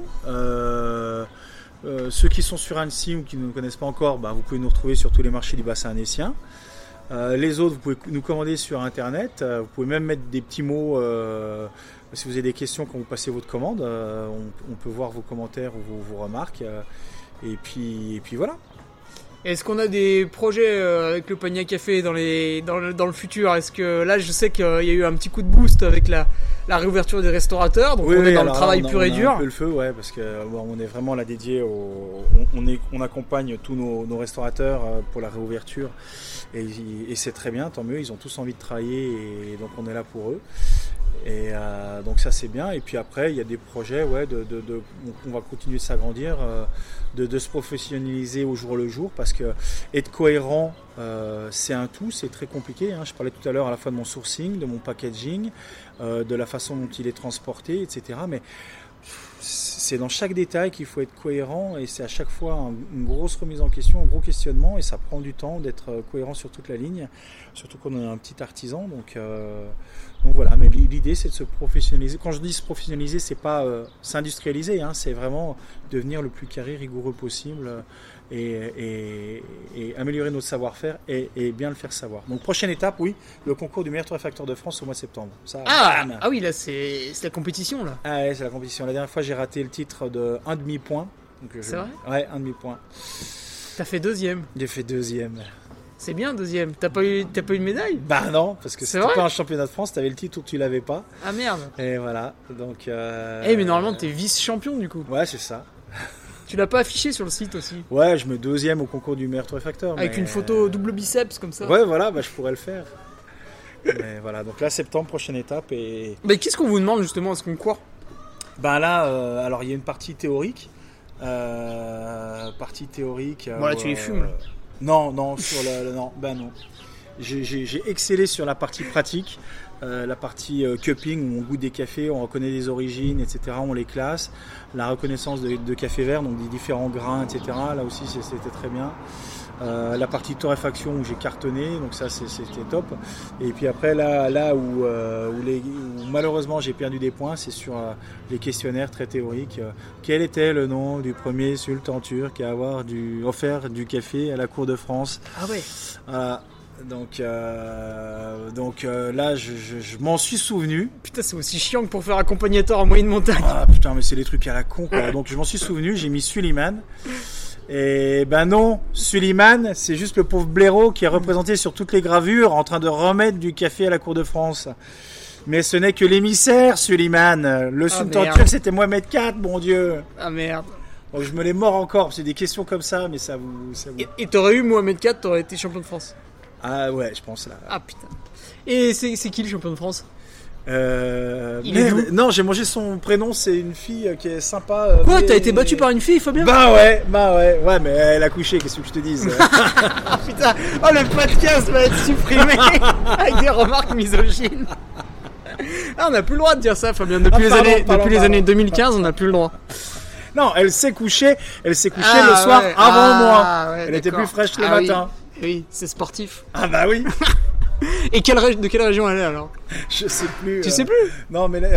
Ceux qui sont sur Annecy ou qui ne nous connaissent pas encore, vous pouvez nous retrouver sur tous les marchés du bassin annécien. Les autres, vous pouvez nous commander sur internet. Vous pouvez même mettre des petits mots si vous avez des questions quand vous passez votre commande. On peut voir vos commentaires ou vos remarques. Et puis voilà. Est-ce qu'on a des projets avec le panier à café dans le futur? Est-ce que là, je sais qu'il y a eu un petit coup de boost avec la réouverture des restaurateurs, donc on est dans le travail pur et dur. On a un peu le feu, ouais, parce que on est vraiment là dédié on accompagne tous nos restaurateurs pour la réouverture et c'est très bien, tant mieux, ils ont tous envie de travailler et donc on est là pour eux. Et donc ça c'est bien. Et puis après il y a des projets, on va continuer de s'agrandir, de se professionnaliser au jour le jour, parce que être cohérent c'est un tout, c'est très compliqué. Je parlais tout à l'heure à la fois de mon sourcing, de mon packaging, de la façon dont il est transporté, etc. Mais c'est dans chaque détail qu'il faut être cohérent et c'est à chaque fois une grosse remise en question, un gros questionnement et ça prend du temps d'être cohérent sur toute la ligne, surtout quand on est un petit artisan. Donc voilà, mais l'idée c'est de se professionnaliser. Quand je dis se professionnaliser, c'est pas s'industrialiser, c'est vraiment devenir le plus carré, rigoureux possible et améliorer notre savoir-faire et bien le faire savoir. Donc prochaine étape, oui, le concours du meilleur torréfacteur de France au mois de septembre. Ça, oui, là c'est la compétition là. Ah ouais, c'est la compétition. La dernière fois j'ai raté le titre de 1 demi-point. C'est vrai ? Ouais, 1 demi-point. T'as fait deuxième. J'ai fait deuxième. C'est bien deuxième. T'as pas eu une médaille ? Bah non, parce que c'était pas un championnat de France, t'avais le titre ou tu l'avais pas. Ah merde. Et voilà, donc... mais normalement t'es vice-champion du coup. Ouais, c'est ça. Tu l'as pas affiché sur le site aussi ? Ouais, je me deuxième au concours du meilleur torréfacteur. Avec une photo double biceps comme ça. Ouais, voilà, je pourrais le faire. Mais voilà, donc là, septembre, prochaine étape. Mais qu'est-ce qu'on vous demande justement à ce concours ? Ben là, alors il y a une partie théorique. Bon là, tu les fumes. Non, non. J'ai excellé sur la partie pratique. La partie cupping où on goûte des cafés, on reconnaît les origines, etc. On les classe. La reconnaissance de café vert, donc des différents grains, etc. Là aussi c'était très bien. La partie torréfaction où j'ai cartonné, donc ça c'était top. Et puis après là où malheureusement j'ai perdu des points, c'est sur les questionnaires très théoriques. Quel était le nom du premier sultan turc à avoir offert du café à la cour de France ? Ah ouais. Voilà. Donc là, je m'en suis souvenu. Putain, c'est aussi chiant que pour faire accompagnateur en moyenne montagne. Ah putain, mais c'est des trucs à la con, quoi. Donc je m'en suis souvenu, j'ai mis Suleiman. Et ben non, Suleiman, c'est juste le pauvre blaireau qui est représenté sur toutes les gravures en train de remettre du café à la cour de France. Mais ce n'est que l'émissaire, Suleiman. Le sultan turc, c'était Mohamed IV, mon Dieu. Ah merde. Donc je me l'ai mort encore, c'est des questions comme ça, mais ça vous... Et t'aurais eu Mohamed IV, t'aurais été champion de France. Ah ouais, je pense là. Ah putain. Et c'est qui le champion de France ? Non, j'ai mangé son prénom, c'est une fille qui est sympa. Quoi, t'as été battu par une fille, Fabien ? Bah ouais, mais elle a couché, qu'est-ce que je te dise. Ah putain, le podcast va être supprimé avec des remarques misogynes. Ah, on n'a plus le droit de dire ça, Fabien. Depuis les années 2015, on n'a plus le droit. Non, elle s'est couchée le soir avant moi. Ouais, elle était plus fraîche le matin. Oui, c'est sportif. Ah bah oui. Et de quelle région elle est alors ? Je sais plus. Tu sais plus ? Non, mais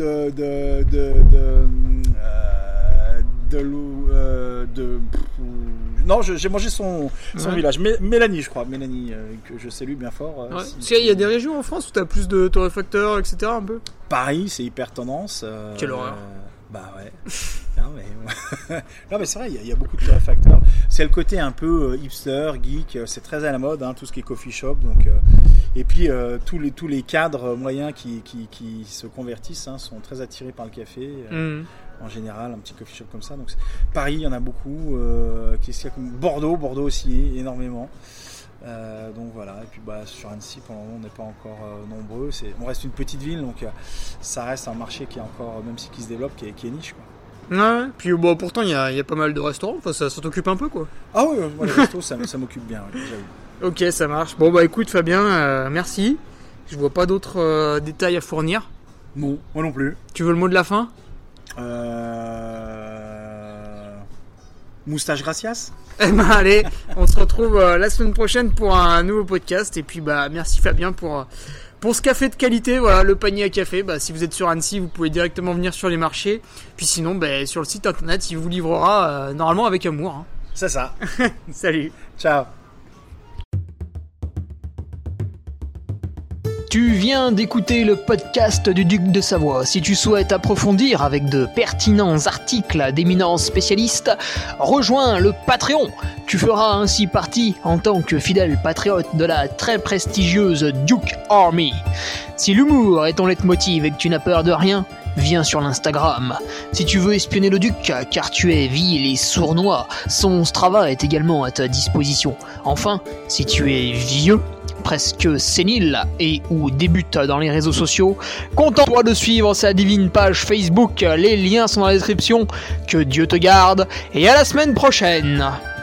non, j'ai mangé son village. Mélanie, je crois. Mélanie, que je salue bien fort. Ouais. Il y a des régions en France où tu as plus de torréfacteurs, etc. un peu ? Paris, c'est hyper tendance. Quelle horreur. Bah ouais. Non mais c'est vrai, il y a beaucoup de torréfacteurs. C'est le côté un peu hipster, geek, c'est très à la mode, tout ce qui est coffee shop. Donc, et puis tous les cadres moyens qui se convertissent sont très attirés par le café. En général, un petit coffee shop comme ça. Donc, Paris, il y en a beaucoup. Bordeaux aussi, énormément. Donc voilà, et puis sur Annecy pour le moment on n'est pas encore nombreux, on reste une petite ville, donc ça reste un marché qui est encore, même si qui se développe, qui est niche, quoi. Ouais, puis pourtant il y a pas mal de restaurants, ça t'occupe un peu, quoi. Ah oui, moi les restos ça m'occupe bien, ouais, j'avoue. Ok, ça marche. Bon écoute Fabien, merci, je vois pas d'autres détails à fournir. Non, moi non plus. Tu veux le mot de la fin ? Moustache gracias. Eh ben allez, on se retrouve la semaine prochaine pour un nouveau podcast. Et puis merci Fabien pour ce café de qualité. Voilà, le panier à café. Si vous êtes sur Annecy, vous pouvez directement venir sur les marchés. Puis sinon, sur le site internet, il vous livrera normalement avec amour. C'est ça. Salut. Ciao. Tu viens d'écouter le podcast du Duc de Savoie. Si tu souhaites approfondir avec de pertinents articles d'éminents spécialistes, rejoins le Patreon. Tu feras ainsi partie en tant que fidèle patriote de la très prestigieuse Duke Army. Si l'humour est ton leitmotiv et que tu n'as peur de rien, viens sur l'Instagram. Si tu veux espionner le Duc, car tu es vil et sournois, son Strava est également à ta disposition. Enfin, si tu es vieux, presque sénile et ou débute dans les réseaux sociaux, contente-toi de suivre sa divine page Facebook. Les liens sont dans la description. Que Dieu te garde et à la semaine prochaine.